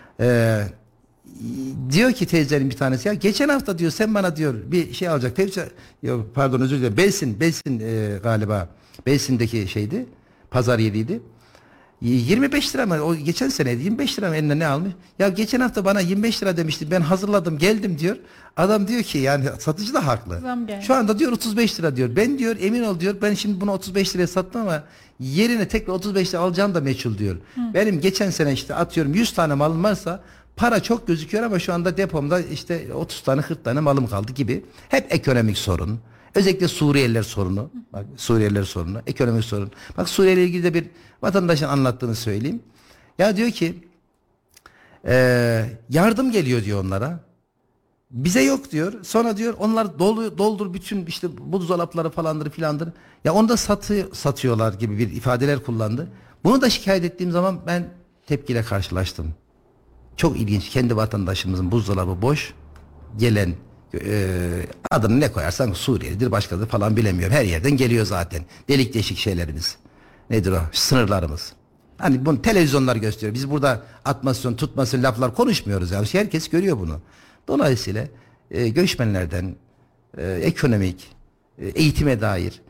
Diyor ki teyzenin bir tanesi, ya geçen hafta diyor sen bana diyor bir şey alacak. Pardon özür dilerim. Belsin galiba. Belsin'deki şeydi. Pazar yeriydi. 25 lira mı? O geçen seneydi. 25 lira mı eline ne almış? Ya geçen hafta bana 25 lira demişti. Ben hazırladım geldim diyor. Adam diyor ki yani satıcı da haklı. Şu anda diyor 35 lira diyor. Ben diyor emin ol diyor. Ben şimdi bunu 35 liraya sattım ama yerine tekrar 35 lira alacağım da meçhul diyor. Benim geçen sene işte atıyorum 100 tane malım varsa para çok gözüküyor ama şu anda depomda işte 30 tane 40 tane malım kaldı gibi. Hep ekonomik sorun. Özellikle Suriyeliler sorunu. Bak, Suriyeliler sorunu, ekonomik sorun. Bak Suriye'yle ilgili de bir vatandaşın anlattığını söyleyeyim. Ya diyor ki yardım geliyor diyor onlara. Bize yok diyor. Sonra diyor onlar doldur bütün işte buzdolapları falandır filandır. Ya onu da satıyorlar gibi bir ifadeler kullandı. Bunu da şikayet ettiğim zaman ben tepkiyle karşılaştım. Çok ilginç, kendi vatandaşımızın buzdolabı boş, gelen adını ne koyarsan Suriyelidir başkadır falan bilemiyorum. Her yerden geliyor zaten. Delik deşik şeylerimiz. Nedir o? Sınırlarımız. Hani bunu televizyonlar gösteriyor. Biz burada atmasyon tutmasyon laflar konuşmuyoruz. Yani herkes görüyor bunu. Dolayısıyla göçmenlerden ekonomik, eğitime dair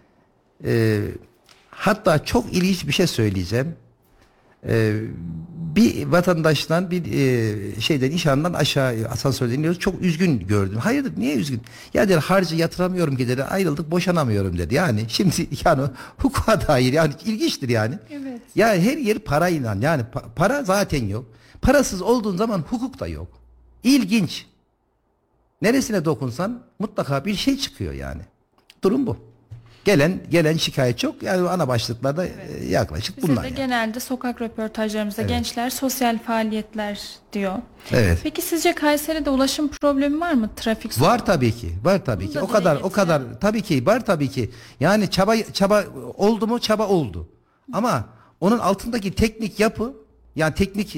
hatta çok ilginç bir şey söyleyeceğim. Bir vatandaştan bir şeyden İşhan'dan aşağı asansörde iniyoruz. Çok üzgün gördüm. Hayırdır niye üzgün? Ya dedi harcı yatıramıyorum ki dedi. Ayrıldık boşanamıyorum dedi. Yani şimdi yani hukuka dair yani ilginçtir yani. Evet. Ya her yer parayla yani para zaten yok. Parasız olduğun zaman hukuk da yok. İlginç. Neresine dokunsan mutlaka bir şey çıkıyor yani. Durum bu. Gelen şikayet çok. Yani ana başlıklarda yaklaşık Bize bunlar. de Yani. genelde sokak röportajlarımızda Evet. gençler sosyal faaliyetler diyor. Evet. Peki sizce Kayseri'de ulaşım problemi var mı? Trafik sorunu? Var tabii ki. Var tabii Bunu ki. da O kadar dile o kadar tabii ki var tabii ki. Yani çaba oldu mu? Çaba oldu. Ama onun altındaki teknik yapı yani teknik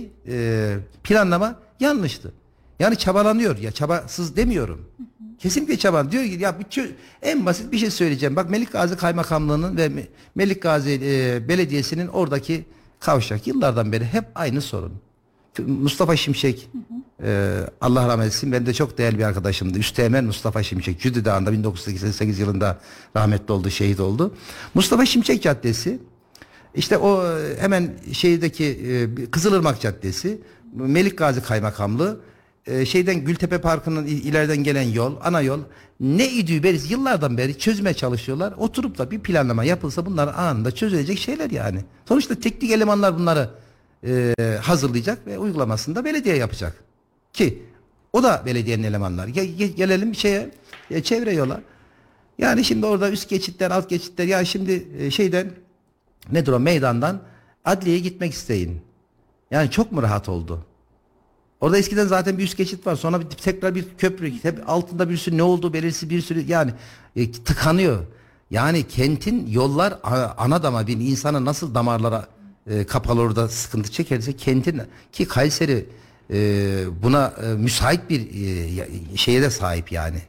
planlama yanlıştı. Yani çabalanıyor ya çabasız demiyorum. Kesinlikle çaban diyor ki ya en basit bir şey söyleyeceğim. Bak Melikgazi Kaymakamlığı'nın ve Melikgazi Belediyesi'nin oradaki kavşak yıllardan beri hep aynı sorun. Mustafa Şimşek Allah rahmet eylesin ben de çok değerli bir arkadaşımdı. Üsteğmen Mustafa Şimşek Cüdi Dağı'nda 1988 yılında rahmetli oldu, şehit oldu. Mustafa Şimşek Caddesi işte o hemen şehirdeki Kızılırmak Caddesi Melikgazi Kaymakamlığı şeyden Gültepe Parkı'nın ileriden gelen yol, ana yol ne idüğü beri yıllardan beri çözmeye çalışıyorlar. Oturup da bir planlama yapılsa bunlar anında çözülecek şeyler yani. Sonuçta teknik elemanlar bunları hazırlayacak ve uygulamasını da belediye yapacak. Ki o da belediyenin elemanları. Gelelim çevre yola. Yani şimdi orada üst geçitler, alt geçitler ya şimdi şeyden nedir o meydandan adliyeye gitmek isteyin. Yani çok mu rahat oldu? Orada eskiden zaten bir üst geçit var. Sonra tekrar bir köprü. Hep altında bir sürü ne olduğu belirsiz bir sürü yani tıkanıyor. Yani kentin yollar ana damar bir insanın nasıl damarlara kapalı orada sıkıntı çekerse kentin ki Kayseri buna müsait bir şeye de sahip yani.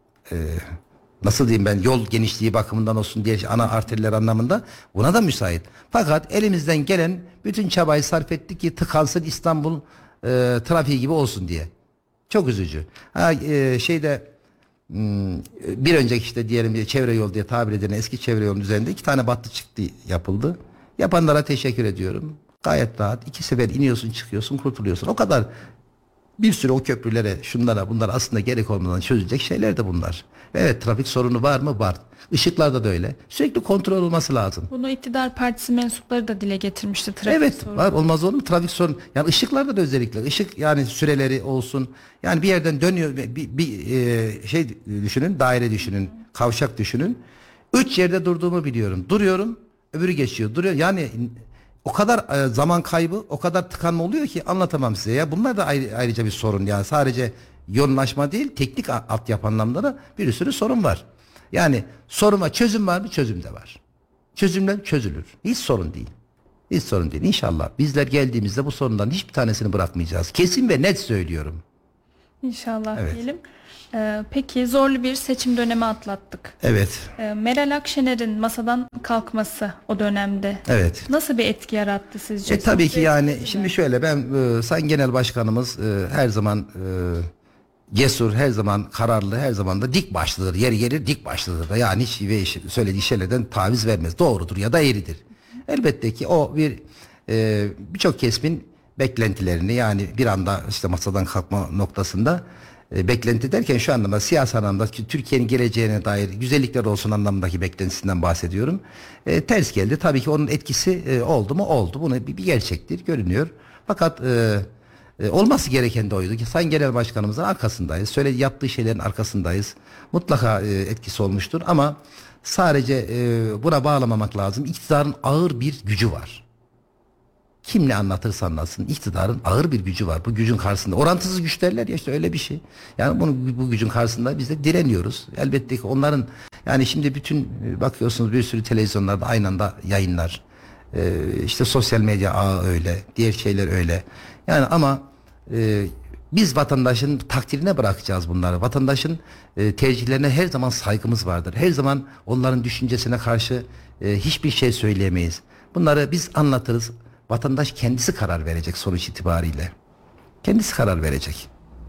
Nasıl diyeyim ben yol genişliği bakımından olsun diye ana arterler anlamında buna da müsait. Fakat elimizden gelen bütün çabayı sarf ettik ki tıkansın İstanbul trafiği gibi olsun diye. Çok üzücü. Bir önceki işte diyelim çevre yol diye tabir edilen eski çevre yolun üzerinde 2 tane battı çıktı yapıldı. Yapanlara teşekkür ediyorum. Gayet rahat. 2 sefer iniyorsun çıkıyorsun kurtuluyorsun. O kadar bir sürü o köprülere şunlara bunlar aslında gerek olmadan çözülecek şeyler de bunlar. Evet trafik sorunu var mı? Var. Işıklarda da öyle. Sürekli kontrol olması lazım. Bunu iktidar partisi mensupları da dile getirmişti. Trafik Evet sorunu. var olmaz olur mu? Trafik sorunu. Yani ışıklarda da özellikle ışık yani süreleri olsun. Yani bir yerden dönüyor şey düşünün daire düşünün kavşak düşünün. 3 yerde durduğumu biliyorum. Duruyorum öbürü geçiyor. Duruyor yani o kadar zaman kaybı o kadar tıkanma oluyor ki anlatamam size ya. Bunlar da ayrıca bir sorun yani sadece yoğunlaşma değil teknik altyapı anlamda da bir sürü sorun var. Yani soruma çözüm var mı? Çözüm de var. Çözümler çözülür. Hiç sorun değil. Hiç sorun değil. İnşallah bizler geldiğimizde bu sorunların hiçbir tanesini bırakmayacağız. Kesin ve net söylüyorum. İnşallah Evet. diyelim. Peki zorlu bir seçim dönemi atlattık. Evet. Meral Akşener'in masadan kalkması o dönemde Evet. nasıl bir etki yarattı sizce? Tabii ki yani Sizce- şimdi şöyle ben Sayın Genel Başkanımız her zaman cesur, her zaman kararlı, her zaman da dik başlıdır. Yeri gelir dik başlıdır da yani hiç söylediği şeylerden taviz vermez. Doğrudur ya da eğridir. Elbette ki o birçok kesimin beklentilerini yani bir anda işte masadan kalkma noktasında beklenti derken şu anlamda siyasi anlamda Türkiye'nin geleceğine dair güzellikler olsun anlamındaki beklentisinden bahsediyorum. Ters geldi. Tabii ki onun etkisi oldu mu? Oldu. Bunu bir gerçektir. Görünüyor. Fakat olması gereken de oydu ki Sayın Genel Başkanımızın arkasındayız. Yaptığı şeylerin arkasındayız. Mutlaka etkisi olmuştur ama sadece buna bağlamamak lazım. İktidarın ağır bir gücü var. kim ne anlatırsa anlatsın, iktidarın ağır bir gücü var. Bu gücün karşısında orantısız güç derler ya, işte öyle bir şey. Yani bu gücün karşısında biz de direniyoruz. Elbette ki onların, yani şimdi bütün bakıyorsunuz bir sürü televizyonlarda aynı anda yayınlar. İşte sosyal medya ağı öyle, diğer şeyler öyle. Yani ama biz vatandaşın takdirine bırakacağız bunları. Vatandaşın tercihlerine her zaman saygımız vardır. Her zaman onların düşüncesine karşı hiçbir şey söyleyemeyiz. Bunları biz anlatırız. Vatandaş kendisi karar verecek sonuç itibariyle. Kendisi karar verecek.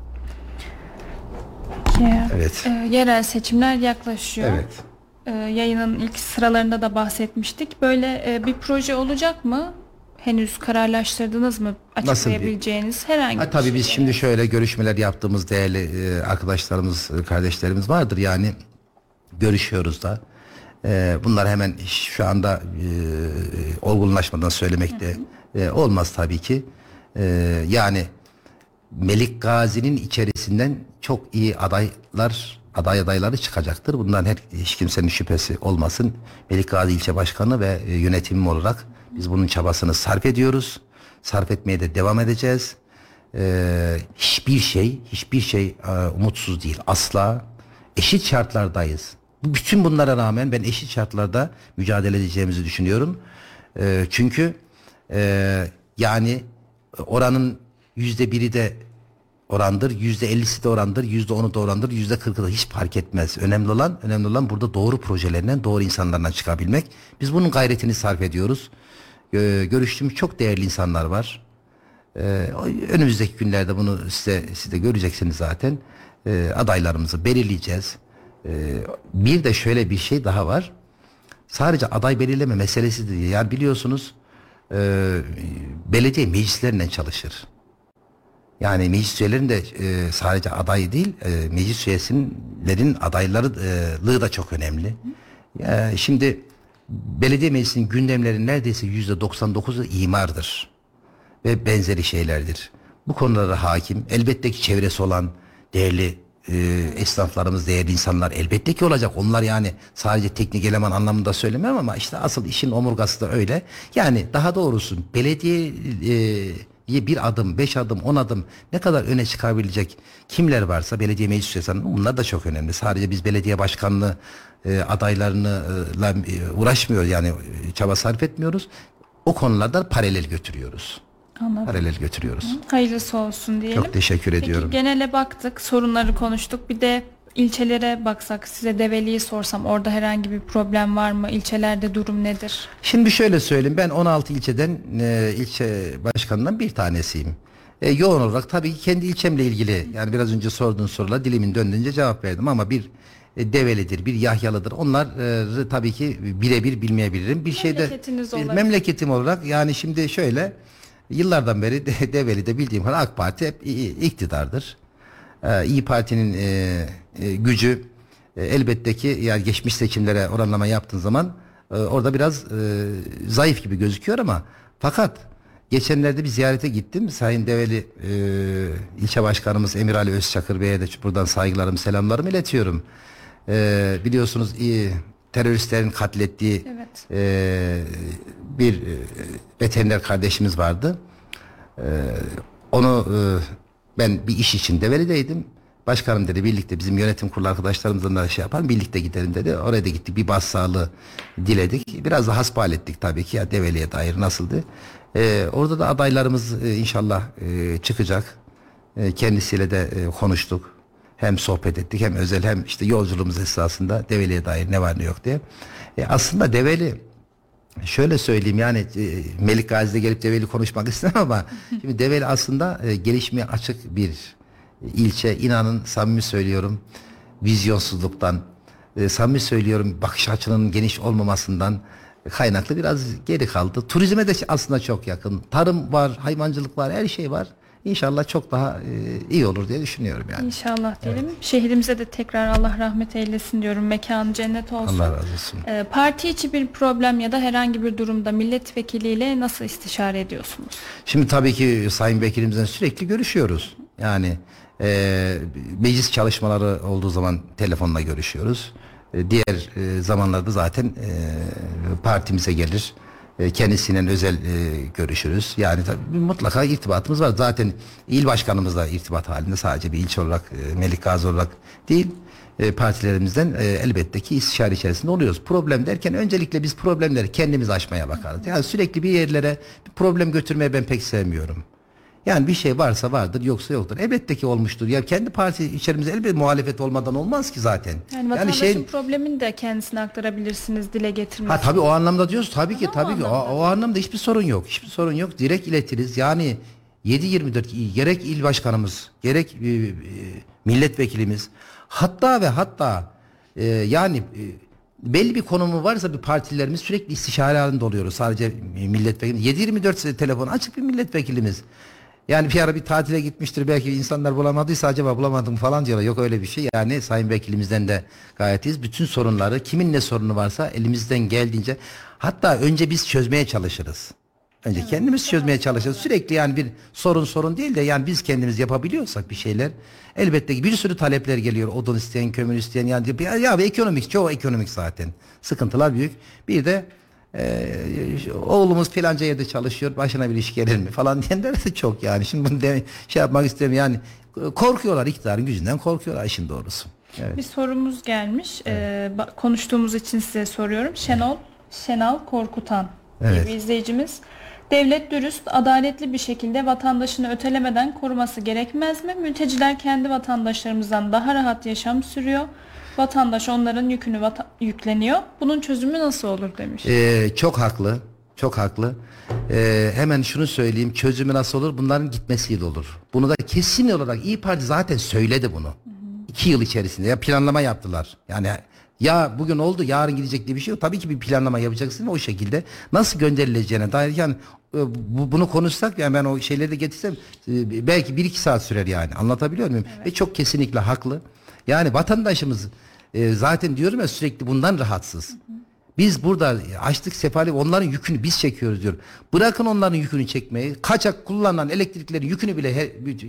Evet. Yerel seçimler yaklaşıyor. Evet. Yayının ilk sıralarında da bahsetmiştik. Böyle bir proje olacak mı? Henüz kararlaştırdınız mı? Açıklayabileceğiniz herhangi bir şey. Tabii biz şimdi şöyle görüşmeler yaptığımız değerli arkadaşlarımız, kardeşlerimiz vardır. Yani görüşüyoruz da. Bunlar hemen şu anda olgunlaşmadan söylemek de olmaz tabii ki. Yani Melik Gazi'nin içerisinden çok iyi adayları çıkacaktır. Bundan hiç kimsenin şüphesi olmasın. Melik Gazi İlçe Başkanı ve yönetimim olarak biz bunun çabasını sarf ediyoruz. Sarf etmeye de devam edeceğiz. Hiçbir şey umutsuz değil. Asla eşit şartlardayız. Bütün bunlara rağmen ben eşit şartlarda mücadele edeceğimizi düşünüyorum. Çünkü yani oranın %1'i de orandır, %50'si de orandır, %10'u da orandır, %40'ı da hiç fark etmez. Önemli olan burada doğru projelerinden, doğru insanlardan çıkabilmek. Biz bunun gayretini sarf ediyoruz. Görüştüğümüz çok değerli insanlar var. Önümüzdeki günlerde bunu siz de göreceksiniz zaten. Adaylarımızı belirleyeceğiz. Bir de şöyle bir şey daha var. Sadece aday belirleme meselesi değil. Yani biliyorsunuz belediye meclislerinden çalışır. Yani meclis üyelerinin de sadece aday değil, meclis üyesinin adaylığı da çok önemli. Şimdi belediye meclisinin gündemleri neredeyse %99'u imardır ve benzeri şeylerdir. Bu konulara hakim. Elbette ki çevresi olan değerli esnaflarımız, değerli insanlar elbette ki olacak. Onlar yani sadece teknik eleman anlamında söylemem ama işte asıl işin omurgası da öyle. Yani daha doğrusu belediye bir adım, 5 adım, 10 adım ne kadar öne çıkabilecek kimler varsa belediye meclis üyesi, bunlar da çok önemli. Sadece biz belediye başkanlığı adaylarına uğraşmıyoruz, yani çaba sarf etmiyoruz. O konularda paralel götürüyoruz. Anladım. Paralel götürüyoruz. Hayırlısı olsun diyelim. Çok teşekkür ediyorum. Peki genele baktık, sorunları konuştuk. Bir de ilçelere baksak, size Develi'yi sorsam, orada herhangi bir problem var mı? İlçelerde durum nedir? Şimdi şöyle söyleyeyim, ben 16 ilçeden ilçe başkanından bir tanesiyim. Yoğun olarak tabii ki kendi ilçemle ilgili, yani biraz önce sorduğun sorular dilimin döndüğünce cevap verdim ama bir Develi'dir, bir Yahyalı'dır. Onları tabii ki birebir bilmeyebilirim. Bir şeyde memleketim olarak, yani şimdi şöyle, yıllardan beri Develi'de bildiğim kadar AK Parti hep iktidardır. İYİ Parti'nin gücü elbette ki, yani geçmiş seçimlere oranlama yaptığın zaman orada biraz zayıf gibi gözüküyor ama fakat geçenlerde bir ziyarete gittim. Sayın Develi ilçe başkanımız Emir Ali Özçakır Bey'e de buradan saygılarımı, selamlarımı iletiyorum. Biliyorsunuz teröristlerin katlettiği bir veteriner kardeşimiz vardı. Onu ben bir iş için Develi'deydim. Başkanım dedi, birlikte bizim yönetim kurulu arkadaşlarımızla da yapalım, birlikte gidelim dedi. Oraya da gittik, bir başsağlığı diledik. Biraz da hasbihal ettik tabii ki, ya Develi'ye dair nasıldı. Orada da adaylarımız inşallah çıkacak. Kendisiyle de konuştuk. Hem sohbet ettik, hem özel, hem işte yolculuğumuz esasında Develi'ye dair ne var ne yok diye. Aslında Develi, şöyle söyleyeyim, yani Melik Gazi'de gelip Develi konuşmak istemem ama şimdi Develi aslında gelişmeye açık bir ilçe. İnanın, samimi söylüyorum, vizyonsuzluktan, samimi söylüyorum, bakış açının geniş olmamasından kaynaklı biraz geri kaldı. Turizme de aslında çok yakın. Tarım var, hayvancılık var, her şey var. İnşallah çok daha iyi olur diye düşünüyorum yani. İnşallah diyelim. Evet. Şehrimize de tekrar Allah rahmet eylesin diyorum. Mekanı cennet olsun. Allah razı olsun. Parti içi bir problem ya da herhangi bir durumda milletvekiliyle nasıl istişare ediyorsunuz? Şimdi tabii ki Sayın Vekilimizle sürekli görüşüyoruz. Yani meclis çalışmaları olduğu zaman telefonla görüşüyoruz. Diğer zamanlarda zaten partimize gelir. Kendisiyle özel görüşürüz. Yani tabii mutlaka irtibatımız var. Zaten il başkanımızla irtibat halinde, sadece bir ilçe olarak, Melik Gazi olarak değil, partilerimizden elbette ki istişare içerisinde oluyoruz. Problem derken öncelikle biz problemleri kendimiz aşmaya bakarız. Yani sürekli bir yerlere bir problem götürmeye ben pek sevmiyorum. Yani bir şey varsa vardır, yoksa yoktur. Elbette ki olmuştur. Ya kendi parti içerimizde elbette muhalefet olmadan olmaz ki zaten. Yani vatandaşın problemini de kendisine aktarabilirsiniz, dile getirmesini. Tabii o anlamda diyoruz. Tabii ki o anlamda hiçbir sorun yok. Hiçbir sorun yok. Direkt iletiriz. Yani 7/24 gerek il başkanımız, gerek milletvekilimiz, hatta yani belli bir konumu varsa bir partilerimiz sürekli istişare halinde oluyoruz. Sadece milletvekili. 7/24 telefon açık bir milletvekilimiz. Yani bir ara bir tatile gitmiştir, belki insanlar bulamadıysa acaba bulamadım falan diyorlar. Yok öyle bir şey. Yani sayın vekilimizden de gayet iyiyiz. Bütün sorunları, kimin ne sorunu varsa elimizden geldiğince, hatta önce biz çözmeye çalışırız. Önce kendimiz çözmeye çalışırız. Sürekli yani bir sorun değil de, yani biz kendimiz yapabiliyorsak bir şeyler, elbette ki bir sürü talepler geliyor. Odun isteyen, kömür isteyen, yani ya ekonomik, çoğu ekonomik zaten. Sıkıntılar büyük. Bir de oğlumuz filanca yerde çalışıyor, başına bir iş gelir mi falan diyenler de çok yani. Şimdi bunu şey yapmak istemiyorum yani, korkuyorlar, iktidarın gücünden korkuyorlar işin doğrusu. Evet. Bir sorumuz gelmiş. Konuştuğumuz için size soruyorum. Şenal Korkutan evet. Bir izleyicimiz. Devlet dürüst, adaletli bir şekilde vatandaşını ötelemeden koruması gerekmez mi? Mülteciler kendi vatandaşlarımızdan daha rahat yaşam sürüyor. Vatandaş onların yükünü yükleniyor. Bunun çözümü nasıl olur demiş. Çok haklı. Çok haklı. Hemen şunu söyleyeyim. Çözümü nasıl olur? Bunların gitmesiyle olur. Bunu da kesin olarak İYİ Parti zaten söyledi bunu. 2 yıl içerisinde ya planlama yaptılar. Yani ya bugün oldu, yarın gidecek diye bir şey yok. Tabii ki bir planlama yapacaksın, o şekilde nasıl gönderileceğine dair, yani bunu konuşsak, yani ben o şeyleri de getirsem belki 1-2 saat sürer yani. Anlatabiliyor muyum? Evet. Ve çok kesinlikle haklı. Yani vatandaşımız zaten diyorum ya, sürekli bundan rahatsız. Biz burada açlık, sefalet, onların yükünü biz çekiyoruz diyor. Bırakın onların yükünü çekmeyi. Kaçak kullanılan elektriklerin yükünü bile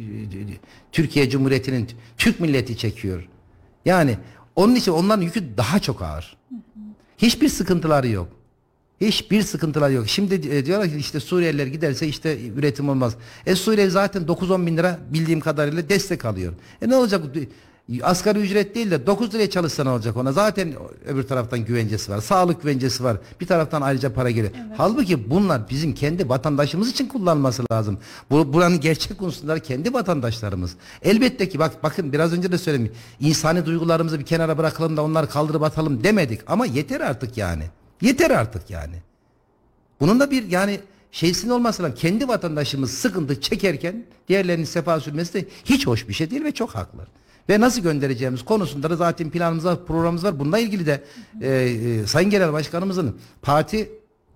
Türkiye Cumhuriyeti'nin, Türk milleti çekiyor. Yani onun için onların yükü daha çok ağır. Hiçbir sıkıntıları yok. Hiçbir sıkıntıları yok. Şimdi diyorlar ki işte Suriyeliler giderse işte üretim olmaz. Suriye zaten 9-10 bin lira bildiğim kadarıyla destek alıyor. Ne olacak? Asgari ücret değil de 9 liraya çalışsa ne olacak ona? Zaten öbür taraftan güvencesi var. Sağlık güvencesi var. Bir taraftan ayrıca para geliyor. Evet. Halbuki bunlar bizim kendi vatandaşımız için kullanılması lazım. Buranın gerçek unsurları kendi vatandaşlarımız. Elbette ki bakın biraz önce de söyledim. İnsani duygularımızı bir kenara bırakalım da onları kaldırıp atalım demedik. Ama yeter artık yani. Yeter artık yani. Bunun da bir yani şeysin olması lazım. Kendi vatandaşımız sıkıntı çekerken diğerlerinin sefa sürmesi de hiç hoş bir şey değil ve çok haklı. Ve nasıl göndereceğimiz konusunda da zaten planımız var, programımız var. Bununla ilgili de Sayın Genel Başkanımızın parti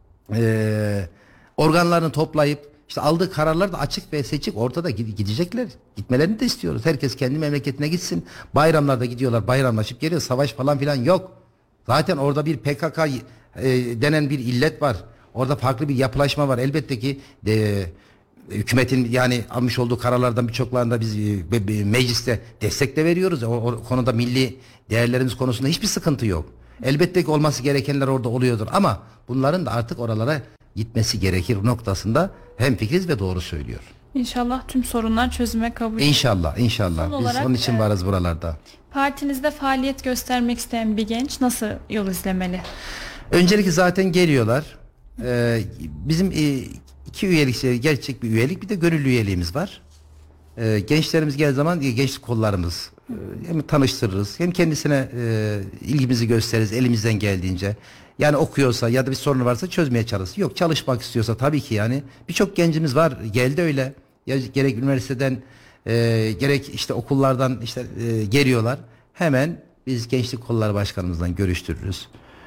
organlarını toplayıp işte aldığı kararlar da açık ve seçik ortada, gidecekler. Gitmelerini de istiyoruz. Herkes kendi memleketine gitsin. Bayramlarda gidiyorlar, bayramlaşıp geliyor. Savaş falan filan yok. Zaten orada bir PKK denen bir illet var. Orada farklı bir yapılaşma var. Elbette ki hükümetin yani almış olduğu kararlardan birçoklarında biz mecliste destek de veriyoruz. O konuda milli değerlerimiz konusunda hiçbir sıkıntı yok. Elbette ki olması gerekenler orada oluyordur ama bunların da artık oralara gitmesi gerekir noktasında hemfikiriz ve doğru söylüyor. İnşallah tüm sorunlar çözüme kavuşur. İnşallah. Son Biz olarak, onun için varız buralarda. Partinizde faaliyet göstermek isteyen bir genç nasıl yol izlemeli? Öncelikle zaten geliyorlar. Bizim 2 üyelik, gerçek bir üyelik, bir de gönüllü üyeliğimiz var. Gençlerimiz geldiği zaman gençlik kollarımız hem tanıştırırız hem kendisine ilgimizi gösteririz elimizden geldiğince. Yani okuyorsa ya da bir sorunu varsa çözmeye çalışırız. Yok, çalışmak istiyorsa tabii ki yani birçok gencimiz var, geldi öyle. Ya gerek üniversiteden gerek işte okullardan işte geliyorlar. Hemen biz gençlik kolları başkanımızdan görüştürürüz.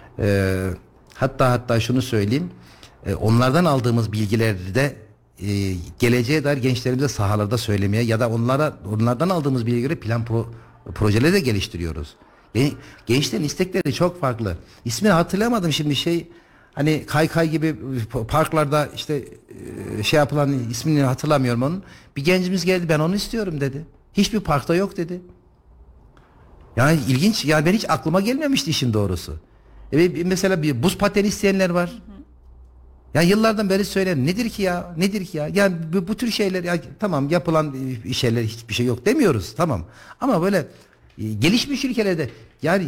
Hatta şunu söyleyeyim. Onlardan aldığımız bilgileri de geleceğe dair gençlerimize sahalarda söylemeye ya da onlardan aldığımız bilgiye göre plan projeleri de geliştiriyoruz. Gençlerin istekleri çok farklı. İsmini hatırlamadım şimdi, hani kaykay gibi parklarda işte şey yapılan, ismini hatırlamıyorum onun. Bir gencimiz geldi, ben onu istiyorum dedi. Hiçbir parkta yok dedi. Yani ilginç, yani ben hiç aklıma gelmemişti işin doğrusu. Mesela bir buz pateni isteyenler var. Ya yıllardan beri söylerim. Nedir ki ya? Nedir ki ya? Yani bu tür şeyler ya, tamam yapılan şeyler hiçbir şey yok demiyoruz. Tamam. Ama böyle gelişmiş ülkelerde yani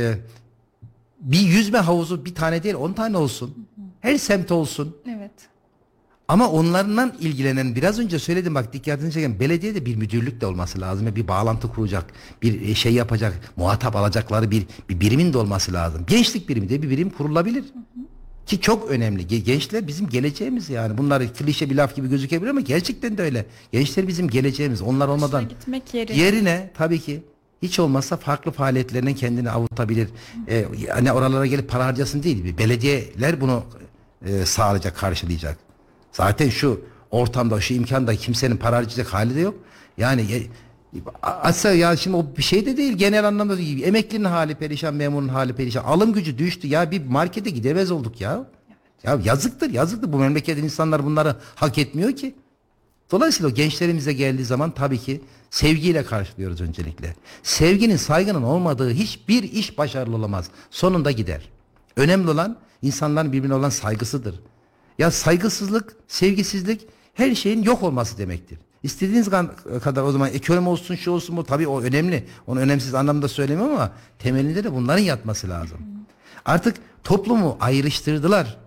bir yüzme havuzu bir tane değil 10 tane olsun. Her semt olsun. Evet. Ama onlarla ilgilenen biraz önce söyledim bak dikkatini çeken belediyede bir müdürlük de olması lazım. Bir bağlantı kuracak, bir şey yapacak, muhatap alacakları bir birimin de olması lazım. Gençlik birimi de bir birim kurulabilir. Ki çok önemli. Gençler bizim geleceğimiz yani. Bunlar klişe bir laf gibi gözükebilir ama gerçekten de öyle. Gençler bizim geleceğimiz. Onlar olmadan gitmek yerine tabii ki hiç olmazsa farklı faaliyetlerinden kendini avutabilir. Hani oralara gelip para harcasın değil. Belediyeler bunu sağlayacak, karşılayacak. Zaten şu ortamda, şu imkanda kimsenin para harcayacak hali de yok. Yani aslında ya şimdi o bir şey de değil genel anlamda değil. Emeklinin hali perişan, memurun hali perişan. Alım gücü düştü ya bir markete gidemez olduk ya. Ya yazıktır. Bu memleketin insanlar bunları hak etmiyor ki. Dolayısıyla o gençlerimize geldiği zaman tabii ki sevgiyle karşılıyoruz öncelikle. Sevginin, saygının olmadığı hiçbir iş başarılı olamaz. Sonunda gider. Önemli olan insanların birbirine olan saygısıdır. Ya saygısızlık, sevgisizlik her şeyin yok olması demektir. İstediğiniz kadar o zaman ekonomi olsun, şu olsun bu tabii o önemli. Onu önemsiz anlamda söylemiyorum ama temelinde de bunların yatması lazım. Artık toplumu ayrıştırdılar.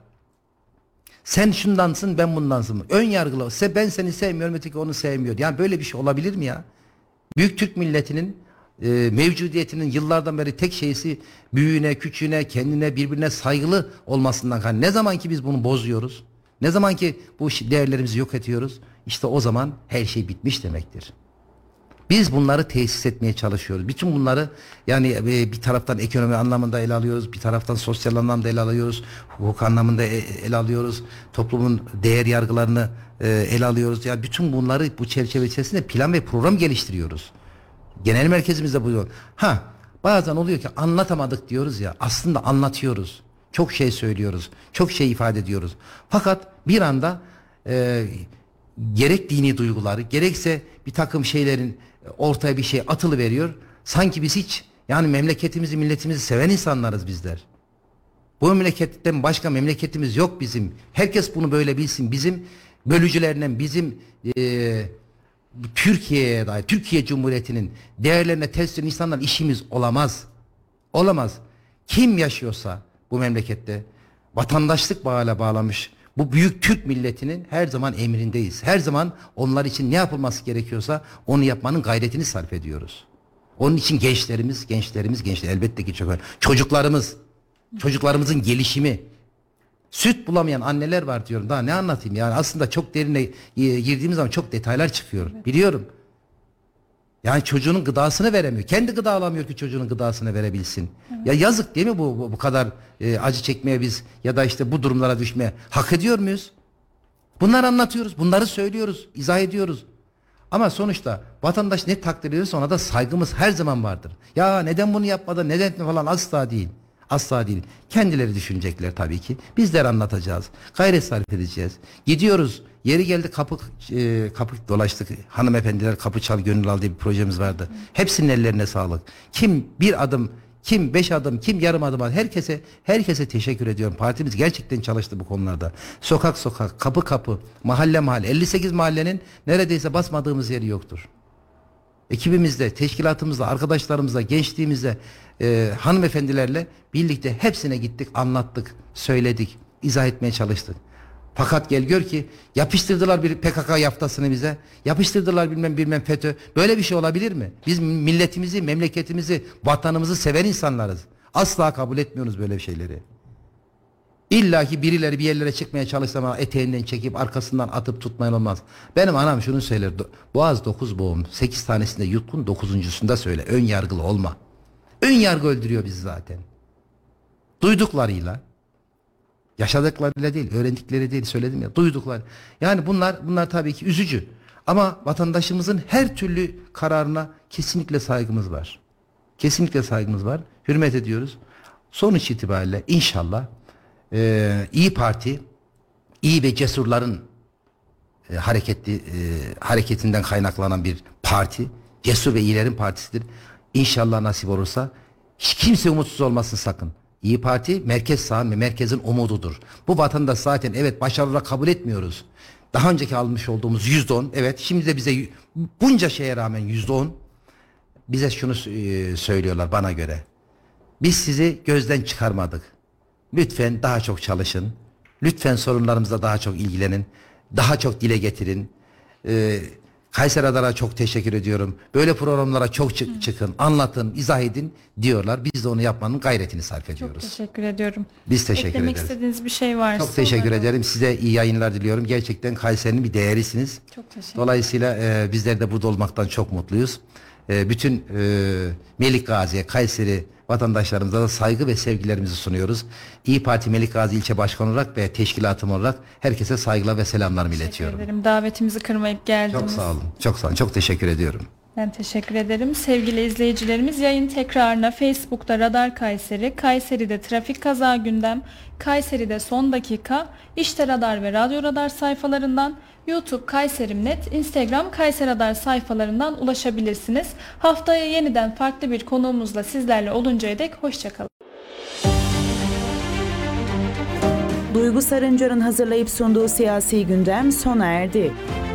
Sen şundansın, ben bundansın. Ön yargılı. Ben seni sevmiyorum, öteki onu sevmiyor. Yani böyle bir şey olabilir mi ya? Büyük Türk milletinin mevcudiyetinin yıllardan beri tek şeysi büyüğüne, küçüğüne, kendine, birbirine saygılı olmasından. Ne zaman ki biz bunu bozuyoruz, ne zaman ki bu değerlerimizi yok ediyoruz, işte o zaman her şey bitmiş demektir. Biz bunları tesis etmeye çalışıyoruz. Bütün bunları yani bir taraftan ekonomi anlamında ele alıyoruz, bir taraftan sosyal anlamda ele alıyoruz, hukuk anlamında ele alıyoruz, toplumun değer yargılarını ele alıyoruz. Yani bütün bunları bu çerçeve içerisinde plan ve program geliştiriyoruz. Genel merkezimizde bu. Bazen oluyor ki anlatamadık diyoruz ya, aslında anlatıyoruz. Çok şey söylüyoruz, çok şey ifade ediyoruz. Fakat bir anda gerek dini duyguları, gerekse bir takım şeylerin ortaya bir şey atılıveriyor. Sanki biz hiç yani memleketimizi, milletimizi seven insanlarız bizler. Bu memleketten başka memleketimiz yok bizim. Herkes bunu böyle bilsin. Bizim bölücülerinden, bizim Türkiye'ye dair, Türkiye Cumhuriyeti'nin değerlerine ters eden insanlarla işimiz olamaz. Olamaz. Kim yaşıyorsa bu memlekette vatandaşlık bağıyla bağlamış bu büyük Türk milletinin her zaman emrindeyiz. Her zaman onlar için ne yapılması gerekiyorsa onu yapmanın gayretini sarf ediyoruz. Onun için gençler elbette ki çok önemli. Çocuklarımızın gelişimi. Süt bulamayan anneler var diyorum. Daha ne anlatayım yani aslında çok derine girdiğimiz zaman çok detaylar çıkıyor. Evet. Biliyorum. Yani çocuğunun gıdasını veremiyor. Kendi gıda alamıyor ki çocuğunun gıdasını verebilsin. Evet. Ya yazık değil mi bu kadar acı çekmeye biz ya da işte bu durumlara düşmeye hak ediyor muyuz? Bunları anlatıyoruz. Bunları söylüyoruz. İzah ediyoruz. Ama sonuçta vatandaş ne takdir ediyorsa ona da saygımız her zaman vardır. Ya neden bunu yapmadı, neden falan asla değil. Asla değil. Kendileri düşünecekler tabii ki. Bizler anlatacağız. Gayret sarf edeceğiz. Gidiyoruz. Yeri geldi kapı dolaştık. Hanımefendiler kapı çal gönül al diye bir projemiz vardı. Hepsinin ellerine sağlık. Kim bir adım, kim 5 adım, kim yarım adım at. Herkese teşekkür ediyorum. Partimiz gerçekten çalıştı bu konularda. Sokak sokak, kapı kapı, mahalle mahalle. 58 mahallenin neredeyse basmadığımız yeri yoktur. Ekibimizle, teşkilatımızla, arkadaşlarımızla, gençliğimizle, hanımefendilerle birlikte hepsine gittik, anlattık, söyledik, izah etmeye çalıştık. Fakat gel gör ki yapıştırdılar bir PKK yaftasını bize, yapıştırdılar bilmem FETÖ. Böyle bir şey olabilir mi? Biz milletimizi, memleketimizi, vatanımızı seven insanlarız. Asla kabul etmiyoruz böyle şeyleri. İlla ki birileri bir yerlere çıkmaya çalışsa ama eteğinden çekip arkasından atıp tutmayan olmaz. Benim anam şunu söyler. Boğaz 9 boğum. 8 tanesinde yutkun 9.'sunda söyle. Ön yargılı olma. Ön yargı öldürüyor bizi zaten. Duyduklarıyla, yaşadıklarıyla değil, öğrendikleri değil, söyledim ya, duydukları. Yani bunlar tabii ki üzücü. Ama vatandaşımızın her türlü kararına kesinlikle saygımız var. Kesinlikle saygımız var. Hürmet ediyoruz. Sonuç itibariyle inşallah İyi Parti, iyi ve cesurların hareketinden kaynaklanan bir parti. Cesur ve iyilerin partisidir. İnşallah nasip olursa hiç kimse umutsuz olmasın sakın. İyi Parti merkez sağın ve merkezin umududur. Bu vatandaş zaten evet başarılı kabul etmiyoruz. Daha önceki almış olduğumuz %10, evet şimdi de bize bunca şeye rağmen %10 bize şunu söylüyorlar bana göre. Biz sizi gözden çıkarmadık. Lütfen daha çok çalışın. Lütfen sorunlarımızla daha çok ilgilenin. Daha çok dile getirin. Kayseri Radar'a çok teşekkür ediyorum. Böyle programlara çok çıkın, anlatın, izah edin diyorlar. Biz de onu yapmanın gayretini sarf ediyoruz. Çok teşekkür ediyorum. Biz teşekkür Eklemek ederiz. istediğiniz bir şey varsa. Çok teşekkür onları- ederim. Size iyi yayınlar diliyorum. Gerçekten Kayseri'nin bir değerisiniz. Çok teşekkür Dolayısıyla bizler de burada olmaktan çok mutluyuz. Bütün Melik Gazi'ye, Kayseri vatandaşlarımıza da saygı ve sevgilerimizi sunuyoruz. İyi Parti Melik Gazi İlçe Başkanı olarak ve teşkilatım olarak herkese saygılar ve selamlarımı iletiyorum. ederim. Davetimizi kırmayıp geldiniz. Çok sağ olun. Çok sağ olun. Çok teşekkür ediyorum. Ben teşekkür ederim. Sevgili izleyicilerimiz, yayın tekrarına Facebook'ta Radar Kayseri, Kayseri'de trafik kaza gündem, Kayseri'de son dakika, İşte Radar ve Radyo Radar sayfalarından, YouTube Kayserim.net, Instagram Kayseri Radar sayfalarından ulaşabilirsiniz. Haftaya yeniden farklı bir konuğumuzla sizlerle oluncaya dek hoşçakalın. Duygu Sarıncar'ın hazırlayıp sunduğu siyasi gündem sona erdi.